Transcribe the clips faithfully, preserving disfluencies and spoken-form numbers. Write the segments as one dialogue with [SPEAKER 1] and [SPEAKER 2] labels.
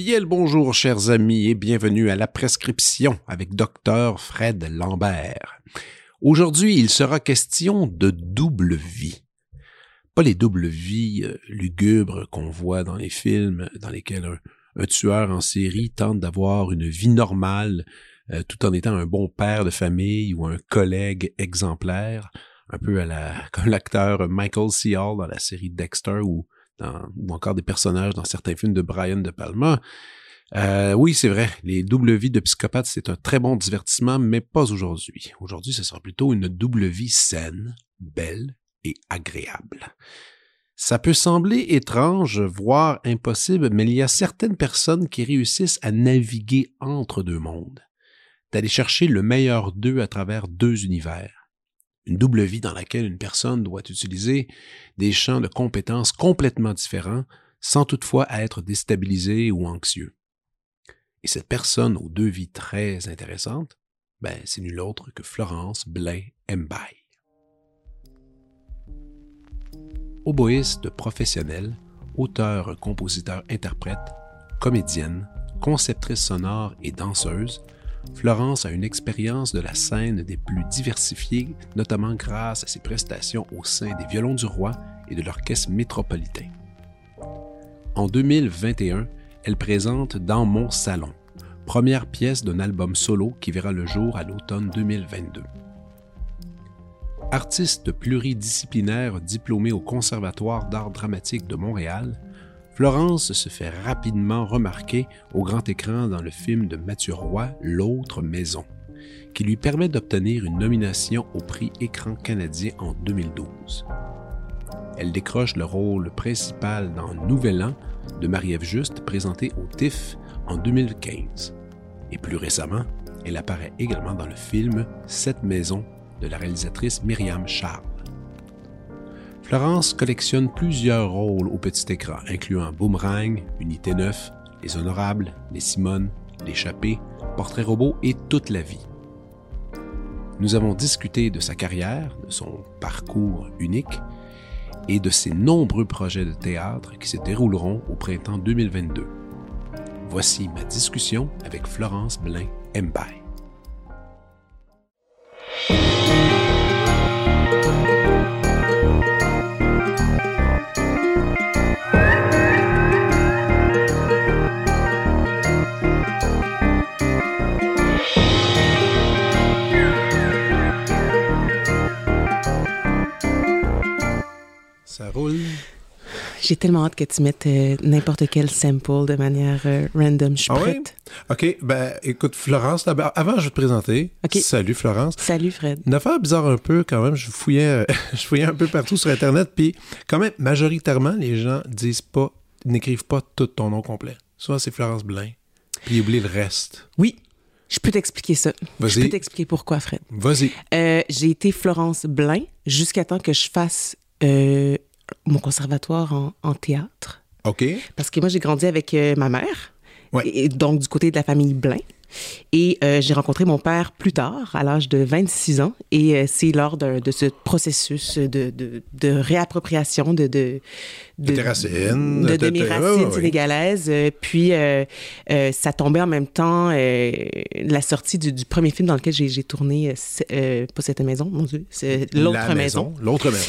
[SPEAKER 1] Bien le bonjour, chers amis, et bienvenue à la prescription avec docteur Fred Lambert. Aujourd'hui, il sera question de double vie. Pas les doubles vies euh, lugubres qu'on voit dans les films dans lesquels un, un tueur en série tente d'avoir une vie normale euh, tout en étant un bon père de famille ou un collègue exemplaire, un peu à la comme l'acteur Michael C. Hall dans la série Dexter ou Dans, ou encore des personnages dans certains films de Brian De Palma. Euh, oui, c'est vrai, les doubles vies de psychopathes, c'est un très bon divertissement, mais pas aujourd'hui. Aujourd'hui, ce sera plutôt une double vie saine, belle et agréable. Ça peut sembler étrange, voire impossible, mais il y a certaines personnes qui réussissent à naviguer entre deux mondes, d'aller chercher le meilleur d'eux à travers deux univers. Une double vie dans laquelle une personne doit utiliser des champs de compétences complètement différents sans toutefois être déstabilisé ou anxieux. Et cette personne aux deux vies très intéressantes, ben, c'est nul autre que Florence Blain-Mbaye. Oboïste professionnelle, auteure, compositeur, interprète, comédienne, conceptrice sonore et danseuse, Florence a une expérience de la scène des plus diversifiées, notamment grâce à ses prestations au sein des Violons du Roi et de l'Orchestre métropolitain. En deux mille vingt et un, elle présente Dans mon salon, première pièce d'un album solo qui verra le jour à l'automne deux mille vingt-deux. Artiste pluridisciplinaire diplômée au Conservatoire d'art dramatique de Montréal, Florence se fait rapidement remarquer au grand écran dans le film de Mathieu Roy, L'autre maison, qui lui permet d'obtenir une nomination au prix Écran canadien en deux mille douze. Elle décroche le rôle principal dans Nouvel An de Marie-Ève Juste, présenté au T I F F en deux mille quinze. Et plus récemment, elle apparaît également dans le film Cette maison de la réalisatrice Myriam Charles. Florence collectionne plusieurs rôles au petit écran, incluant Boomerang, Unité neuf, Les Honorables, Les Simone, L'Échappée, Portrait robot et Toute la vie. Nous avons discuté de sa carrière, de son parcours unique et de ses nombreux projets de théâtre qui se dérouleront au printemps deux mille vingt-deux. Voici ma discussion avec Florence Blain-Mbaye. Ça roule.
[SPEAKER 2] J'ai tellement hâte que tu mettes euh, n'importe quel sample de manière euh, random. Je suis
[SPEAKER 1] ah
[SPEAKER 2] prête.
[SPEAKER 1] Oui? OK. Ben, écoute, Florence, d'abord, avant, je vais te présenter.
[SPEAKER 2] Okay.
[SPEAKER 1] Salut, Florence.
[SPEAKER 2] Salut, Fred.
[SPEAKER 1] Une affaire bizarre un peu, quand même. Je fouillais, euh, je fouillais un peu partout sur Internet, puis quand même, majoritairement, les gens disent pas, n'écrivent pas tout ton nom complet. Souvent, c'est Florence Blain, puis ils oublient le reste.
[SPEAKER 2] Oui. Je peux t'expliquer ça.
[SPEAKER 1] Vas-y.
[SPEAKER 2] Je peux t'expliquer pourquoi, Fred.
[SPEAKER 1] Vas-y.
[SPEAKER 2] Euh, j'ai été Florence Blain jusqu'à temps que je fasse euh, mon conservatoire en, en théâtre.
[SPEAKER 1] OK.
[SPEAKER 2] Parce que moi, j'ai grandi avec euh, ma mère,
[SPEAKER 1] ouais.
[SPEAKER 2] et, donc du côté de la famille Blain. Et euh, j'ai rencontré mon père plus tard, à l'âge de vingt-six ans. Et euh, c'est lors de, de ce processus de, de, de réappropriation de... De,
[SPEAKER 1] de, de tes racines.
[SPEAKER 2] De, de, de mes racines
[SPEAKER 1] oh, oui.
[SPEAKER 2] sénégalaises. Euh, puis, euh, euh, ça tombait en même temps euh, la sortie du, du premier film dans lequel j'ai, j'ai tourné, euh, pas Cette maison, mon Dieu, c'est L'autre
[SPEAKER 1] la maison.
[SPEAKER 2] maison.
[SPEAKER 1] L'autre maison.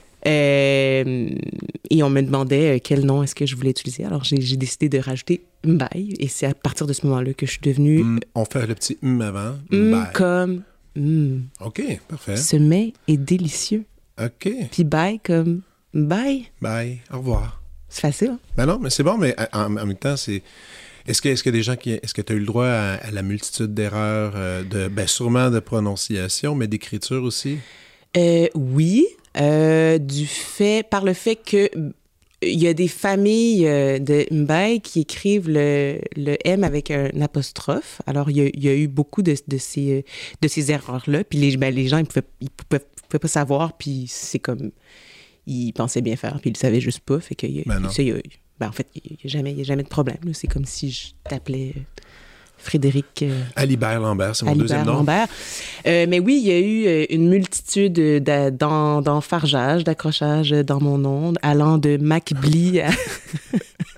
[SPEAKER 2] Euh, et on me demandait quel nom est-ce que je voulais utiliser. Alors, j'ai, j'ai décidé de rajouter Mbaye. Et c'est à partir de ce moment-là que je suis devenue...
[SPEAKER 1] Mm, on fait le petit M avant.
[SPEAKER 2] M comme... Mm.
[SPEAKER 1] OK, parfait.
[SPEAKER 2] Ce mets est délicieux.
[SPEAKER 1] OK.
[SPEAKER 2] Puis bye comme bye.
[SPEAKER 1] Bye. Au revoir.
[SPEAKER 2] C'est facile, hein?
[SPEAKER 1] Ben non, mais c'est bon, mais en, en même temps, c'est... Est-ce que, est-ce que des gens qui... Est-ce que tu as eu le droit à, à la multitude d'erreurs, euh, de, ben sûrement de prononciation, mais d'écriture aussi?
[SPEAKER 2] Euh, oui. Euh, du fait, par le fait que il y a des familles euh, de Mbaye qui écrivent le, le M avec un apostrophe. Alors, il y a, il y a eu beaucoup de, de ces, de ces erreurs-là. Puis les, ben, les gens, ils pouvaient, ils pouvaient, pouvaient pas savoir. Puis c'est comme... Ils pensaient bien faire, puis ils le savaient juste pas. Fait que...
[SPEAKER 1] Ben
[SPEAKER 2] ça, il y a, ben, en fait, il n'y a, jamais, a jamais de problème. Là. C'est comme si je t'appelais... Frédéric... Euh,
[SPEAKER 1] Alibert Lambert, c'est mon
[SPEAKER 2] Alibert
[SPEAKER 1] deuxième nom.
[SPEAKER 2] Lambert. Euh, mais oui, il y a eu euh, une multitude de, d'en, d'enfargeages, d'accrochages dans mon nom, allant de Macbli à...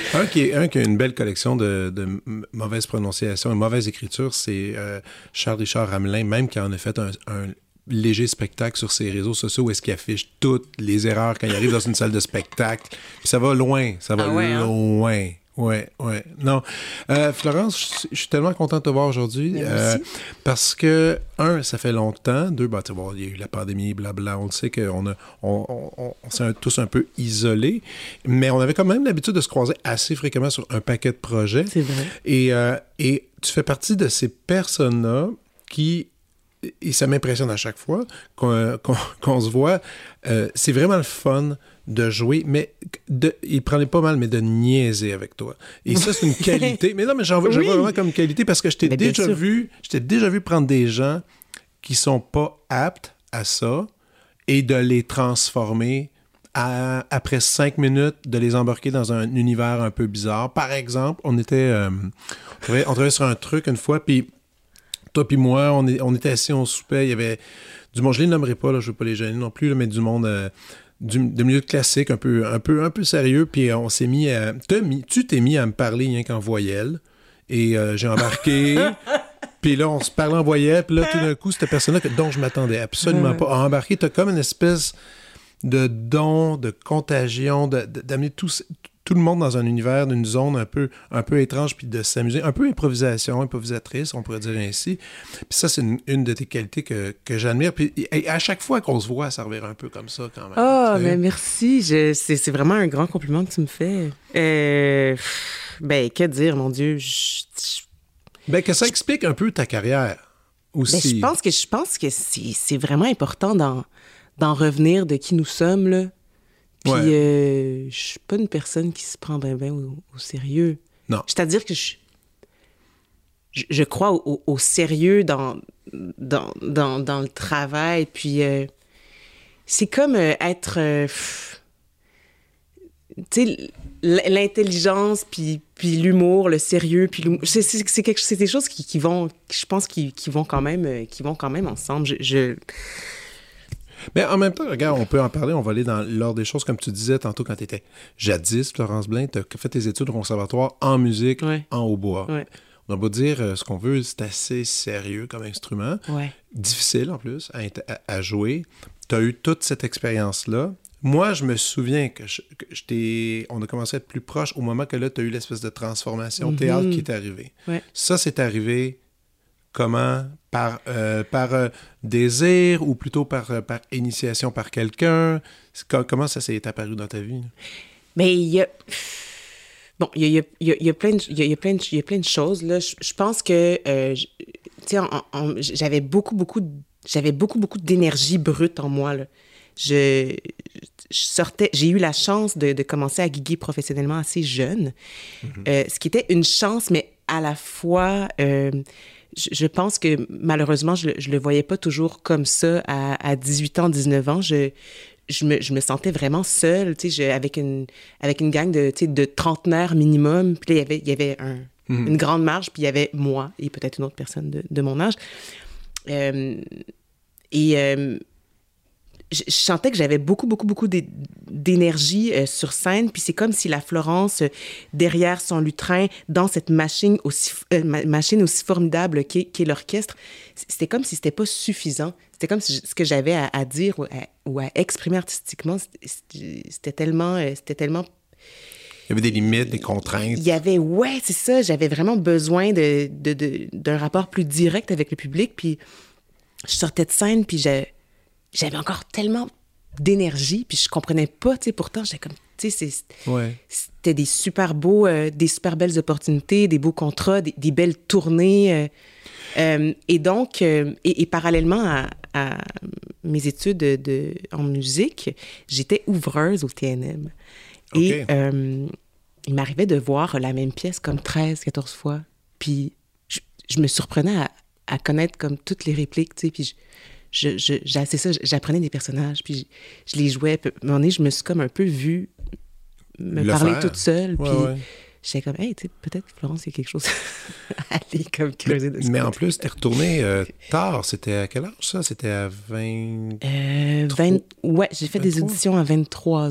[SPEAKER 1] un, qui est, un qui a une belle collection de, de mauvaises prononciations et mauvaise écriture, c'est euh, Charles-Richard Ramelin, même qui en a fait un, un léger spectacle sur ses réseaux sociaux où est-ce qu'il affiche toutes les erreurs quand il arrive dans une salle de spectacle. Puis ça va loin, ça va ah ouais, loin. Hein? Ouais, ouais. Non. Euh, Florence, je suis tellement content de te voir aujourd'hui. Euh, parce que, un, ça fait longtemps. Deux, bah, tu vois, il y a eu la pandémie, blabla. On le sait qu'on a, on, on, on s'est tous un peu isolés. Mais on avait quand même l'habitude de se croiser assez fréquemment sur un paquet de projets.
[SPEAKER 2] C'est vrai.
[SPEAKER 1] Et, euh, et tu fais partie de ces personnes-là qui... Et ça m'impressionne à chaque fois qu'on, qu'on, qu'on se voit. Euh, c'est vraiment le fun de jouer, mais de, il prenait pas mal, mais de niaiser avec toi. Et ça, c'est une qualité. Mais non, mais j'en veux, oui. je vois vraiment comme qualité parce que je t'ai mais déjà vu, je t'ai déjà vu prendre des gens qui sont pas aptes à ça et de les transformer à, après cinq minutes, de les embarquer dans un univers un peu bizarre. Par exemple, on était, euh, on travaillait, on travaillait sur un truc une fois, puis toi puis moi, on, est, on était assis, on soupait, il y avait du monde, je les nommerai pas, là, je veux pas les gêner non plus, là, mais du monde euh, du, de milieu classique, un peu, un peu, un peu sérieux, puis on s'est mis à... mis, tu t'es mis à me parler rien qu'en voyelle, et euh, j'ai embarqué, puis là, on se parlait en voyelle, puis là, tout d'un coup, cette personne-là que, dont je m'attendais absolument pas à embarquer, t'as comme une espèce de don, de contagion, de, de, d'amener tout... tout le monde dans un univers, d'une zone un peu, un peu étrange, puis de s'amuser. Un peu improvisation, improvisatrice, on pourrait dire ainsi. Puis ça, c'est une, une de tes qualités que, que j'admire. Puis et à chaque fois qu'on se voit, ça revient un peu comme ça quand même.
[SPEAKER 2] Oh, mais merci. Je, c'est, c'est vraiment un grand compliment que tu me fais. Euh, ben, que dire, mon Dieu. Je, je...
[SPEAKER 1] Ben, que ça explique un peu ta carrière aussi.
[SPEAKER 2] Ben, je pense que, je pense que c'est, c'est vraiment important d'en, d'en revenir de qui nous sommes, là. Puis, ouais. euh, je suis pas une personne qui se prend bien ben au, au sérieux.
[SPEAKER 1] Non.
[SPEAKER 2] C'est-à-dire que je, je, je crois au, au, au sérieux dans, dans, dans, dans le travail. Puis, euh, c'est comme euh, être... Euh, tu sais, l'intelligence, puis, puis l'humour, le sérieux, puis l'humour. C'est, c'est, c'est, quelque, c'est des choses qui, qui vont, je pense, qui, qui, vont quand même, qui vont quand même ensemble. Je... je
[SPEAKER 1] Mais en même temps, regarde, on peut en parler, on va aller dans l'ordre des choses, comme tu disais tantôt quand tu étais jadis, Florence Blain, tu as fait tes études au conservatoire en musique,
[SPEAKER 2] ouais.
[SPEAKER 1] en hautbois.
[SPEAKER 2] Ouais.
[SPEAKER 1] On va dire euh, ce qu'on veut, c'est assez sérieux comme instrument,
[SPEAKER 2] ouais.
[SPEAKER 1] difficile en plus à, à, à jouer. Tu as eu toute cette expérience-là. Moi, je me souviens que, je, que je t'ai, on a commencé à être plus proche au moment que là, tu as eu l'espèce de transformation mm-hmm. théâtre qui est arrivée.
[SPEAKER 2] Ouais.
[SPEAKER 1] Ça, c'est arrivé... Comment? Par, euh, par euh, désir ou plutôt par, euh, par initiation par quelqu'un? Comment ça s'est apparu dans ta vie?
[SPEAKER 2] Mais il y a... Bon, il y a, il y a, il y a, plein, de, il y a, plein, de, il y a plein de choses. Là. Je, je pense que euh, tu sais, j'avais beaucoup, beaucoup, j'avais beaucoup, beaucoup d'énergie brute en moi. Là. Je, je sortais... J'ai eu la chance de, de commencer à giguer professionnellement assez jeune, mm-hmm. euh, ce qui était une chance, mais à la fois... Euh, Je pense que, malheureusement, je ne le voyais pas toujours comme ça à, à dix-huit ans, dix-neuf ans. Je, je, me, je me sentais vraiment seule, tu sais, avec une, avec une gang de, tu sais, de trentenaires minimum. Puis là, il y avait, il y avait un, mm-hmm. une grande marge, puis il y avait moi et peut-être une autre personne de, de mon âge. Euh, et euh, je, je sentais que j'avais beaucoup, beaucoup, beaucoup d'énergie euh, sur scène. Puis c'est comme si la Florence, euh, derrière son lutrin, dans cette machine aussi, euh, ma- machine aussi formidable qu'est, qu'est l'orchestre, c'était comme si c'était pas suffisant. C'était comme si ce que j'avais à, à dire ou à, ou à exprimer artistiquement, c'était, c'était tellement... Euh, c'était tellement
[SPEAKER 1] il y avait des limites, des contraintes.
[SPEAKER 2] Il y avait, ouais, c'est ça. J'avais vraiment besoin de, de, de, d'un rapport plus direct avec le public. Puis je sortais de scène, puis j'ai... J'avais encore tellement d'énergie, puis je comprenais pas, tu sais, pourtant, j'étais comme, tu sais, c'est,
[SPEAKER 1] ouais.
[SPEAKER 2] c'était des super beaux, euh, des super belles opportunités, des beaux contrats, des, des belles tournées. Euh, euh, et donc, euh, et, et parallèlement à, à mes études de, de, en musique, j'étais ouvreuse au T N M. Okay. Et euh, il m'arrivait de voir la même pièce comme treize, quatorze fois, puis je, je me surprenais à, à connaître comme toutes les répliques, tu sais, puis je... Je, je, j'ai, c'est ça, j'apprenais des personnages, puis je, je les jouais. Puis, à un moment donné, je me suis comme un peu vue me le parler faire. Toute seule. Ouais, puis ouais. J'étais comme, hey, tu sais, peut-être que Florence, il y a quelque chose à aller comme creuser de ce
[SPEAKER 1] Mais
[SPEAKER 2] côté.
[SPEAKER 1] En plus, t'es retournée euh, tard. C'était à quel âge, ça? C'était à vingt...
[SPEAKER 2] Euh, vingt... Ouais, j'ai fait vingt-trois des auditions à vingt-trois ans.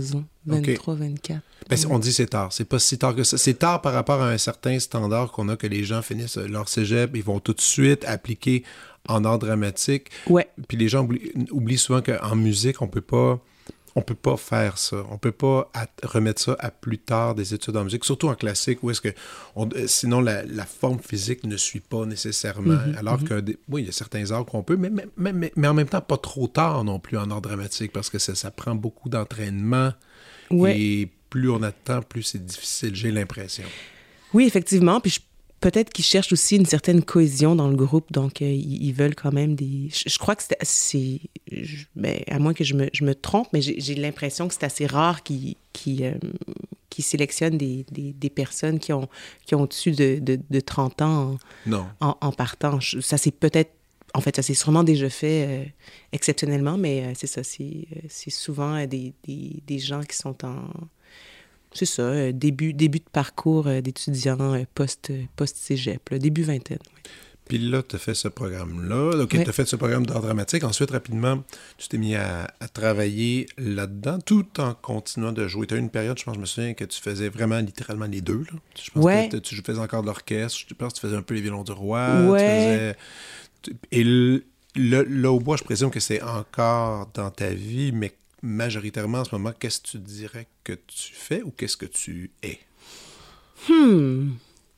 [SPEAKER 2] vingt-trois, okay. vingt-quatre.
[SPEAKER 1] Ben, on dit c'est tard. C'est pas si tard que ça. C'est tard par rapport à un certain standard qu'on a, que les gens finissent leur cégep, ils vont tout de suite appliquer en art dramatique.
[SPEAKER 2] Ouais.
[SPEAKER 1] Puis les gens oublient, oublient souvent qu'en musique, on peut pas... On peut pas faire ça. On peut pas at- remettre ça à plus tard des études en musique, surtout en classique, où est-ce que on, sinon la, la forme physique ne suit pas nécessairement. Mm-hmm, alors mm-hmm. que des, oui, il y a certains arts qu'on peut, mais, mais, mais, mais en même temps pas trop tard non plus en art dramatique, parce que ça, ça prend beaucoup d'entraînement. Ouais. Et plus on attend, plus c'est difficile, j'ai l'impression.
[SPEAKER 2] Oui, effectivement. Puis je peut-être qu'ils cherchent aussi une certaine cohésion dans le groupe, donc euh, ils, ils veulent quand même des... Je, je crois que c'est... c'est je, ben, à moins que je me, je me trompe, mais j'ai, j'ai l'impression que c'est assez rare qu'ils, qu'ils, euh, qu'ils sélectionnent des, des, des personnes qui ont, qui ont au-dessus de, de, de trente ans en,
[SPEAKER 1] non.
[SPEAKER 2] en, en partant. Je, ça c'est peut-être... En fait, ça s'est sûrement déjà fait euh, exceptionnellement, mais euh, c'est ça, c'est, euh, c'est souvent euh, des, des, des gens qui sont en... C'est ça, euh, début, début de parcours euh, d'étudiants euh, post, euh, post-cégep, là, début vingtaine. Oui.
[SPEAKER 1] Puis là, tu as fait ce programme-là. OK, ouais. Tu as fait ce programme d'art dramatique. Ensuite, rapidement, tu t'es mis à, à travailler là-dedans, tout en continuant de jouer. Tu as eu une période, je pense, je me souviens, que tu faisais vraiment littéralement les deux. Là. Je pense ouais. que tu faisais encore de l'orchestre. Je pense que tu faisais un peu les violons du roi.
[SPEAKER 2] Ouais.
[SPEAKER 1] Tu faisais... Et le, le, le hautbois, je présume que c'est encore dans ta vie, mais majoritairement, en ce moment, qu'est-ce que tu dirais que tu fais ou qu'est-ce que tu es?
[SPEAKER 2] Hmm.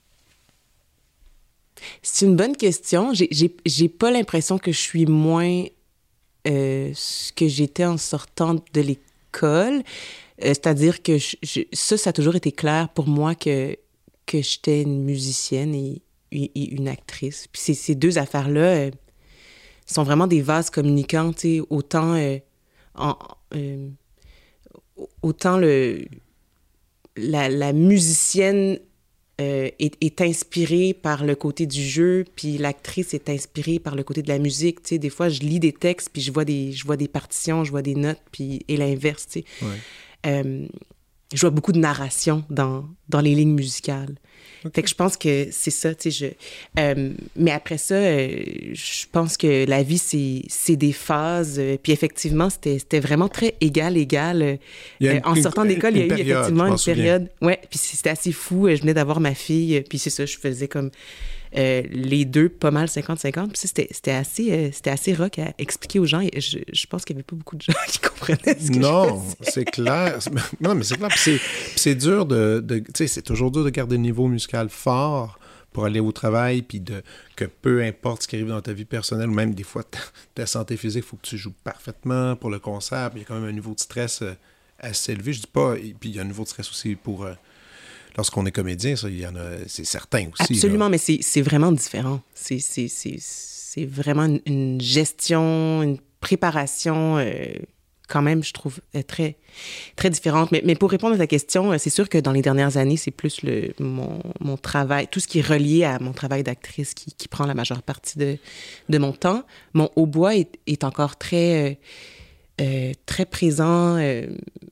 [SPEAKER 2] C'est une bonne question. J'ai, j'ai, j'ai pas l'impression que je suis moins euh, ce que j'étais en sortant de l'école. Euh, c'est-à-dire que je, je, ça, ça a toujours été clair pour moi que, que j'étais une musicienne et, et, et une actrice. Puis ces, ces deux affaires-là euh, sont vraiment des vases communicants, tu sais, autant... Euh, En, euh, autant le, la, la musicienne euh, est, est inspirée par le côté du jeu, puis l'actrice est inspirée par le côté de la musique. Tu sais, des fois, je lis des textes, puis je vois des, je vois des partitions, je vois des notes, puis et l'inverse. Tu sais. Ouais. Euh, je vois beaucoup de narration dans, dans les lignes musicales. Okay. Fait que je pense que c'est ça, tu sais, je... Euh, mais après ça, euh, je pense que la vie, c'est, c'est des phases. Euh, puis effectivement, c'était, c'était vraiment très égal, égal. Euh, une, en sortant une, d'école, il y a eu période, effectivement une période. Ouais, puis c'était assez fou. Je venais d'avoir ma fille, puis c'est ça, je faisais comme... Euh, les deux, pas mal cinquante cinquante. Puis c'était, c'était, assez, euh, c'était assez rock à expliquer aux gens. Et je, je pense qu'il n'y avait pas beaucoup de gens qui comprenaient ce que
[SPEAKER 1] non,
[SPEAKER 2] je faisais.
[SPEAKER 1] C'est clair. Non, mais c'est clair. Puis c'est, puis c'est dur de... de tu sais, c'est toujours dur de garder le niveau musical fort pour aller au travail, puis de, que peu importe ce qui arrive dans ta vie personnelle, ou même des fois ta, ta santé physique, il faut que tu joues parfaitement pour le concert. Puis il y a quand même un niveau de stress euh, assez élevé. Je dis pas... Et puis il y a un niveau de stress aussi pour... Euh, Lorsqu'on est comédien, ça, il y en a, c'est certain aussi.
[SPEAKER 2] Absolument,
[SPEAKER 1] là.
[SPEAKER 2] mais c'est, c'est vraiment différent. C'est, c'est, c'est, c'est vraiment une, une gestion, une préparation, euh, quand même, je trouve, euh, très, très différente. Mais, mais pour répondre à ta question, c'est sûr que dans les dernières années, c'est plus le, mon, mon travail, tout ce qui est relié à mon travail d'actrice qui, qui prend la majeure partie de, de mon temps. Mon hautbois est, est encore très, euh, euh, très présent euh,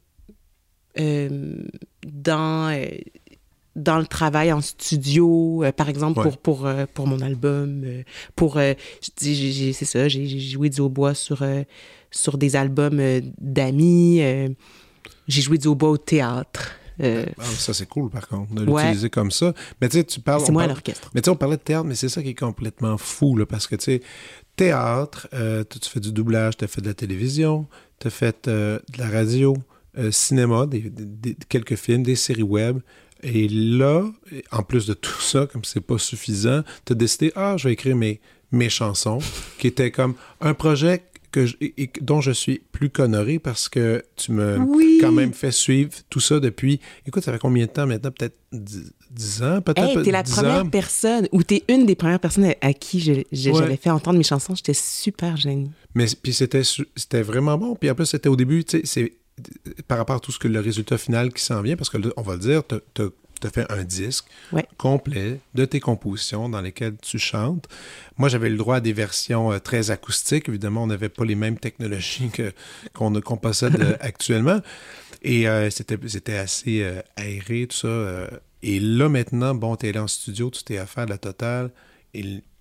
[SPEAKER 2] euh, dans... Euh, dans le travail en studio, euh, par exemple, ouais. pour, pour, euh, pour mon album. Euh, pour, euh, j'ai, j'ai, c'est ça, j'ai, j'ai joué du hautbois sur, euh, sur des albums euh, d'amis. Euh, j'ai joué du hautbois au théâtre. Euh,
[SPEAKER 1] ah, ça, c'est cool, par contre, de l'utiliser ouais. comme ça. Mais tu sais, tu parles...
[SPEAKER 2] C'est moi
[SPEAKER 1] parle,
[SPEAKER 2] à l'orchestre.
[SPEAKER 1] Mais tu sais, on parlait de théâtre, mais c'est ça qui est complètement fou, là, parce que, tu sais, théâtre, euh, tu fais du doublage, tu as fait de la télévision, tu as fait euh, de la radio, euh, cinéma, des, des, des, quelques films, des séries web. Et là, en plus de tout ça, comme c'est pas suffisant, tu as décidé, ah, je vais écrire mes, mes chansons, qui était comme un projet que je, et, dont je suis plus qu'honoré parce que tu m'as oui. quand même fait suivre tout ça depuis, écoute, ça fait combien de temps maintenant? Peut-être dix ans, peut-être?
[SPEAKER 2] Hey, t'es la première ans. personne, ou t'es une des premières personnes à, à qui je, je, ouais. j'avais fait entendre mes chansons. J'étais super gênée.
[SPEAKER 1] Mais puis c'était, c'était vraiment bon. Puis en plus, c'était au début, tu sais, c'est par rapport à tout ce que le résultat final qui s'en vient, parce que on va le dire, tu as fait un disque
[SPEAKER 2] ouais.
[SPEAKER 1] complet de tes compositions dans lesquelles tu chantes. Moi, j'avais le droit à des versions euh, très acoustiques. Évidemment, on n'avait pas les mêmes technologies que, qu'on, qu'on possède euh, actuellement. Et euh, c'était, c'était assez euh, aéré, tout ça. Euh, et là, maintenant, bon, tu es allé en studio, tu t'es à faire la totale. Et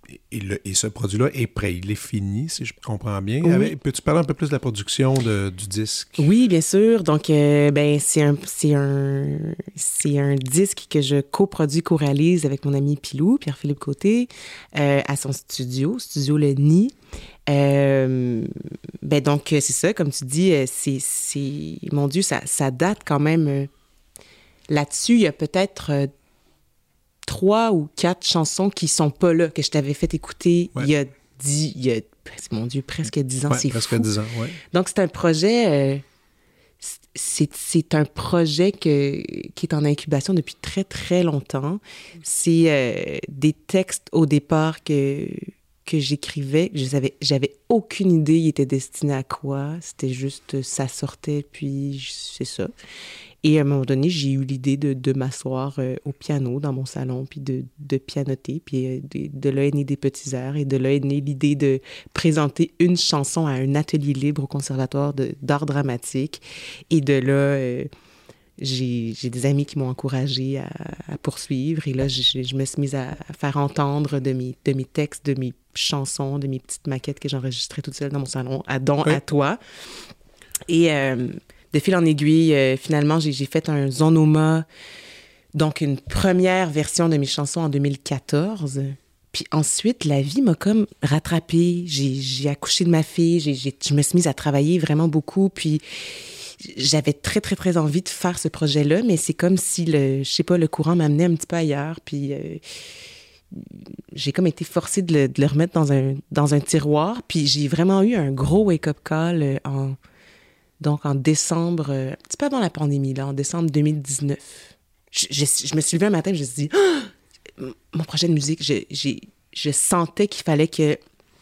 [SPEAKER 1] et, le, et ce produit-là est prêt, il est fini, si je comprends bien.
[SPEAKER 2] Oui.
[SPEAKER 1] Avec, peux-tu parler un peu plus de la production de, du disque?
[SPEAKER 2] Oui, bien sûr. Donc, euh, ben, c'est un, c'est un, c'est un disque que je coproduis, co-réalise avec mon ami Pilou, Pierre-Philippe Côté, euh, à son studio, Studio Le Nid. Euh, ben donc, c'est ça, comme tu dis, c'est, c'est mon Dieu, ça, ça date quand même. Euh, là-dessus, il y a peut-être euh, trois ou quatre chansons qui sont pas là, que je t'avais fait écouter ouais. il y a dix, il y a, mon Dieu, presque dix ans,
[SPEAKER 1] ouais,
[SPEAKER 2] c'est
[SPEAKER 1] presque
[SPEAKER 2] fou.
[SPEAKER 1] dix ans, oui.
[SPEAKER 2] Donc, c'est un projet, euh, c'est, c'est un projet que, qui est en incubation depuis très, très longtemps. C'est euh, des textes au départ que... que j'écrivais, je savais, j'avais aucune idée il était destiné à quoi. C'était juste, ça sortait, puis c'est ça. Et à un moment donné, j'ai eu l'idée de, de m'asseoir euh, au piano dans mon salon, puis de, de pianoter, puis euh, de, de là est né des petits airs, et de là est née l'idée de présenter une chanson à un atelier libre au Conservatoire de, d'art dramatique. Et de là... Euh, J'ai, j'ai des amis qui m'ont encouragée à, à poursuivre. Et là, je, je me suis mise à, à faire entendre de mes, de mes textes, de mes chansons, de mes petites maquettes que j'enregistrais toute seule dans mon salon, à don oui. à toi. Et euh, de fil en aiguille, euh, finalement, j'ai, j'ai fait un Zonoma, donc une première version de mes chansons en deux mille quatorze. Puis ensuite, la vie m'a comme rattrapée. J'ai, j'ai accouché de ma fille, j'ai, j'ai, je me suis mise à travailler vraiment beaucoup. Puis... j'avais très, très, très envie de faire ce projet-là, mais c'est comme si, le, je sais pas, le courant m'amenait un petit peu ailleurs, puis euh, j'ai comme été forcée de le, de le remettre dans un, dans un tiroir, puis j'ai vraiment eu un gros wake-up call euh, en, donc en décembre, euh, un petit peu avant la pandémie, là, en décembre deux mille dix-neuf. Je, je, je me suis levée un matin et je me suis dit, oh, mon projet de musique, je, j'ai, je sentais qu'il fallait que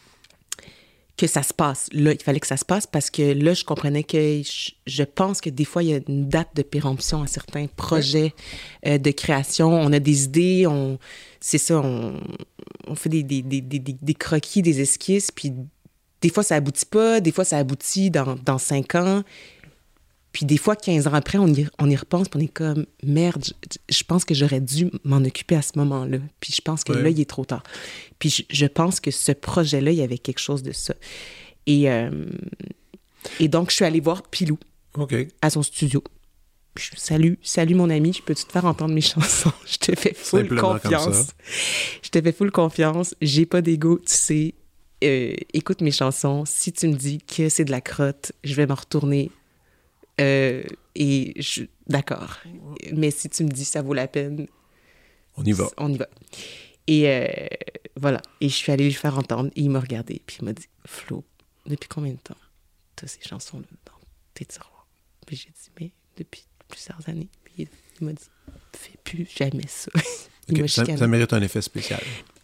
[SPEAKER 2] que ça se passe. Là, il fallait que ça se passe parce que là, je comprenais que je, je pense que des fois, il y a une date de péremption à certains projets euh, de création. On a des idées, on, c'est ça, on, on fait des, des, des, des, des croquis, des esquisses, puis des fois, ça aboutit pas, des fois, ça aboutit dans, dans cinq ans. Puis des fois, quinze ans après, on y, on y repense, puis on est comme, merde, je, je pense que j'aurais dû m'en occuper à ce moment-là. Puis je pense que ouais. là, il est trop tard. Puis je, je pense que ce projet-là, il y avait quelque chose de ça. Et, euh, et donc, je suis allée voir Pilou
[SPEAKER 1] okay.
[SPEAKER 2] à son studio. Je, salut, salut mon ami, je peux-tu te faire entendre mes chansons? Je te fais full Simplement confiance. Je te fais full confiance. J'ai pas d'ego, tu sais. Euh, écoute mes chansons. Si tu me dis que c'est de la crotte, je vais me retourner. Euh, et je, d'accord. Mais si tu me dis ça vaut la peine,
[SPEAKER 1] on y va.
[SPEAKER 2] On y va. Et euh, voilà. Et je suis allée lui faire entendre. Et il m'a regardé. Puis il m'a dit, Flo, depuis combien de temps t'as ces chansons-là dans tes tiroirs? Puis j'ai dit, mais depuis plusieurs années. Puis il m'a dit, fais plus jamais ça. Il
[SPEAKER 1] okay,
[SPEAKER 2] m'a
[SPEAKER 1] ça, ça mérite un effet spécial.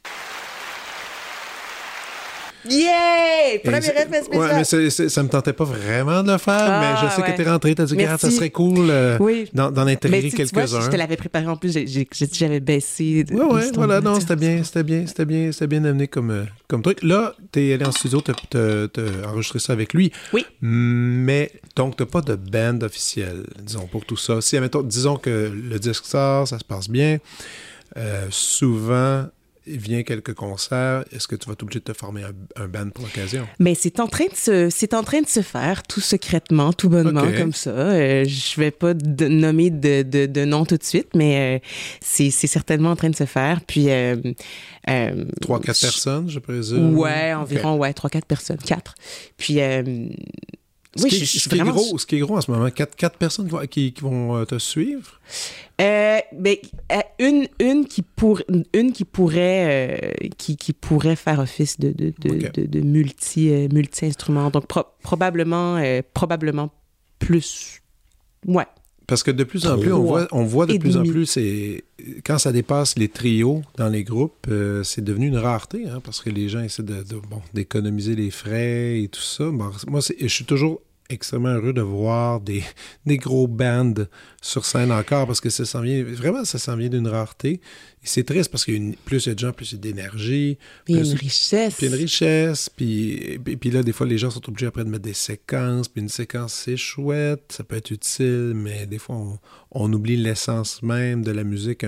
[SPEAKER 2] Yeah! Premier effet spécial!
[SPEAKER 1] Ouais, mais c'est, c'est, ça me tentait pas vraiment de le faire, ah, mais je sais ouais. que t'es rentré, t'as dit, regarde, ça serait cool euh, oui. d'en, d'en intégrer tu, quelques-uns. Tu vois,
[SPEAKER 2] je te l'avais préparé en plus, j'ai, j'ai, j'avais baissé.
[SPEAKER 1] Oui, oui, voilà, non, c'était bien, c'était bien, c'était bien, c'était bien amené comme, euh, comme truc. Là, t'es allé en studio, t'as, t'as, t'as enregistré ça avec lui.
[SPEAKER 2] Oui.
[SPEAKER 1] Mais, donc, t'as pas de band officielle, disons, pour tout ça. Si, admettons, disons que le disque sort, ça se passe bien, euh, souvent... il vient quelques concerts, est-ce que tu vas être obligé de te former un, un band pour l'occasion?
[SPEAKER 2] Mais c'est en train de se, c'est en train de se faire tout secrètement, tout bonnement, okay. comme ça. Euh, je vais pas de, nommer de, de, de nom tout de suite, mais euh, c'est, c'est certainement en train de se faire. Puis euh, euh,
[SPEAKER 1] trois, quatre je... personnes, je présume.
[SPEAKER 2] Ouais, environ, okay. ouais, trois, quatre personnes, quatre. Puis euh,
[SPEAKER 1] Ce, oui, qui est, je, je ce, qui vraiment... est gros, ce qui est gros en ce moment, quatre, quatre personnes qui vont, qui, qui vont te suivre?
[SPEAKER 2] Euh, ben, une, une, qui pour, une qui pourrait euh, qui, qui pourrait faire office de, de, de, okay. de, de multi, euh, multi-instruments. Donc, pro- probablement, euh, probablement plus. Ouais.
[SPEAKER 1] Parce que de plus en plus, on voit, on voit de plus en plus, c'est, quand ça dépasse les trios dans les groupes, euh, c'est devenu une rareté, hein, parce que les gens essaient de, de, bon, d'économiser les frais et tout ça. Bon, moi, c'est, je suis toujours extrêmement heureux de voir des, des gros bands sur scène encore, parce que ça s'en vient, vraiment, ça s'en vient d'une rareté. Et c'est triste, parce qu'il y a une, plus il y a de gens, plus il y a d'énergie.
[SPEAKER 2] Puis il y a une richesse.
[SPEAKER 1] Puis une richesse. Puis, puis, puis là, des fois, les gens sont obligés après de mettre des séquences. Puis une séquence, c'est chouette, ça peut être utile, mais des fois, on, on oublie l'essence même de la musique. Un,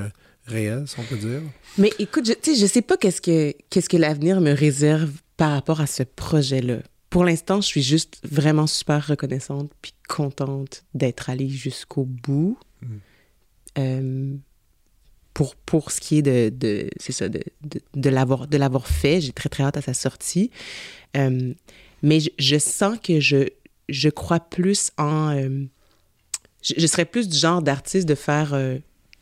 [SPEAKER 1] réel, si on peut dire.
[SPEAKER 2] Mais écoute, je, tu sais, je sais pas qu'est-ce que, qu'est-ce que l'avenir me réserve par rapport à ce projet-là. Pour l'instant, je suis juste vraiment super reconnaissante puis contente d'être allée jusqu'au bout. Mm. Euh, pour, pour ce qui est de, de c'est ça, de, de, de, l'avoir, de l'avoir fait. J'ai très, très hâte à sa sortie. Euh, mais je, je sens que je, je crois plus en... Euh, je, je serais plus du genre d'artiste de faire... Euh,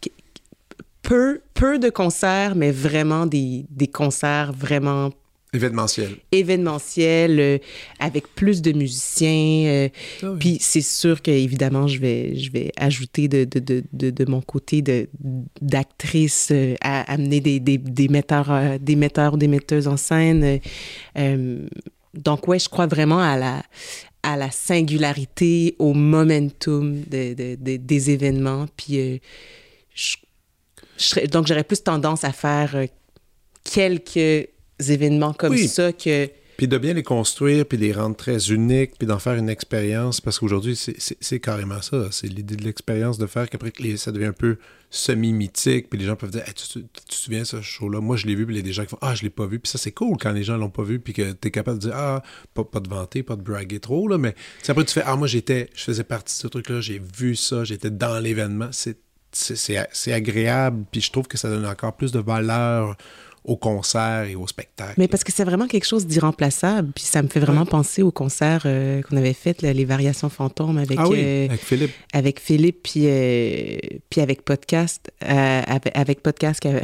[SPEAKER 2] peu, peu de concerts, mais vraiment des, des concerts vraiment...
[SPEAKER 1] Événementiels.
[SPEAKER 2] Événementiels, euh, avec plus de musiciens. Euh, oh oui. Puis c'est sûr qu'évidemment, je vais, je vais ajouter de, de, de, de, de mon côté de, d'actrice, euh, à amener des, des, des metteurs, euh, des metteurs, des metteuses en scène. Euh, donc, ouais, je crois vraiment à la, à la singularité, au momentum de, de, de, des événements. Puis, euh, je, je serais, donc, j'aurais plus tendance à faire euh, quelques événements comme oui. ça que...
[SPEAKER 1] Puis de bien les construire, puis de les rendre très uniques, puis d'en faire une expérience, parce qu'aujourd'hui, c'est, c'est, c'est carrément ça. C'est l'idée de l'expérience de faire qu'après que les, ça devient un peu semi-mythique, puis les gens peuvent dire hey, « tu, tu, tu te souviens de ce show-là? Moi, je l'ai vu. » Puis il y a des gens qui font « Ah, je l'ai pas vu. » Puis ça, c'est cool quand les gens l'ont pas vu, puis que tu es capable de dire « Ah, pas, pas de vanter, pas de braguer trop, là, mais après tu fais « Ah, moi, j'étais, je faisais partie de ce truc-là, j'ai vu ça, j'étais dans l'événement. » C'est, c'est, c'est, c'est agréable, puis je trouve que ça donne encore plus de valeur au concert et au spectacle.
[SPEAKER 2] Mais parce que c'est vraiment quelque chose d'irremplaçable. Puis ça me fait vraiment ouais. penser au concert euh, qu'on avait fait, là, les Variations fantômes avec,
[SPEAKER 1] ah oui,
[SPEAKER 2] euh,
[SPEAKER 1] avec Philippe.
[SPEAKER 2] Avec Philippe, puis, euh, puis avec Podcast, euh, avec, avec Podcast, avec,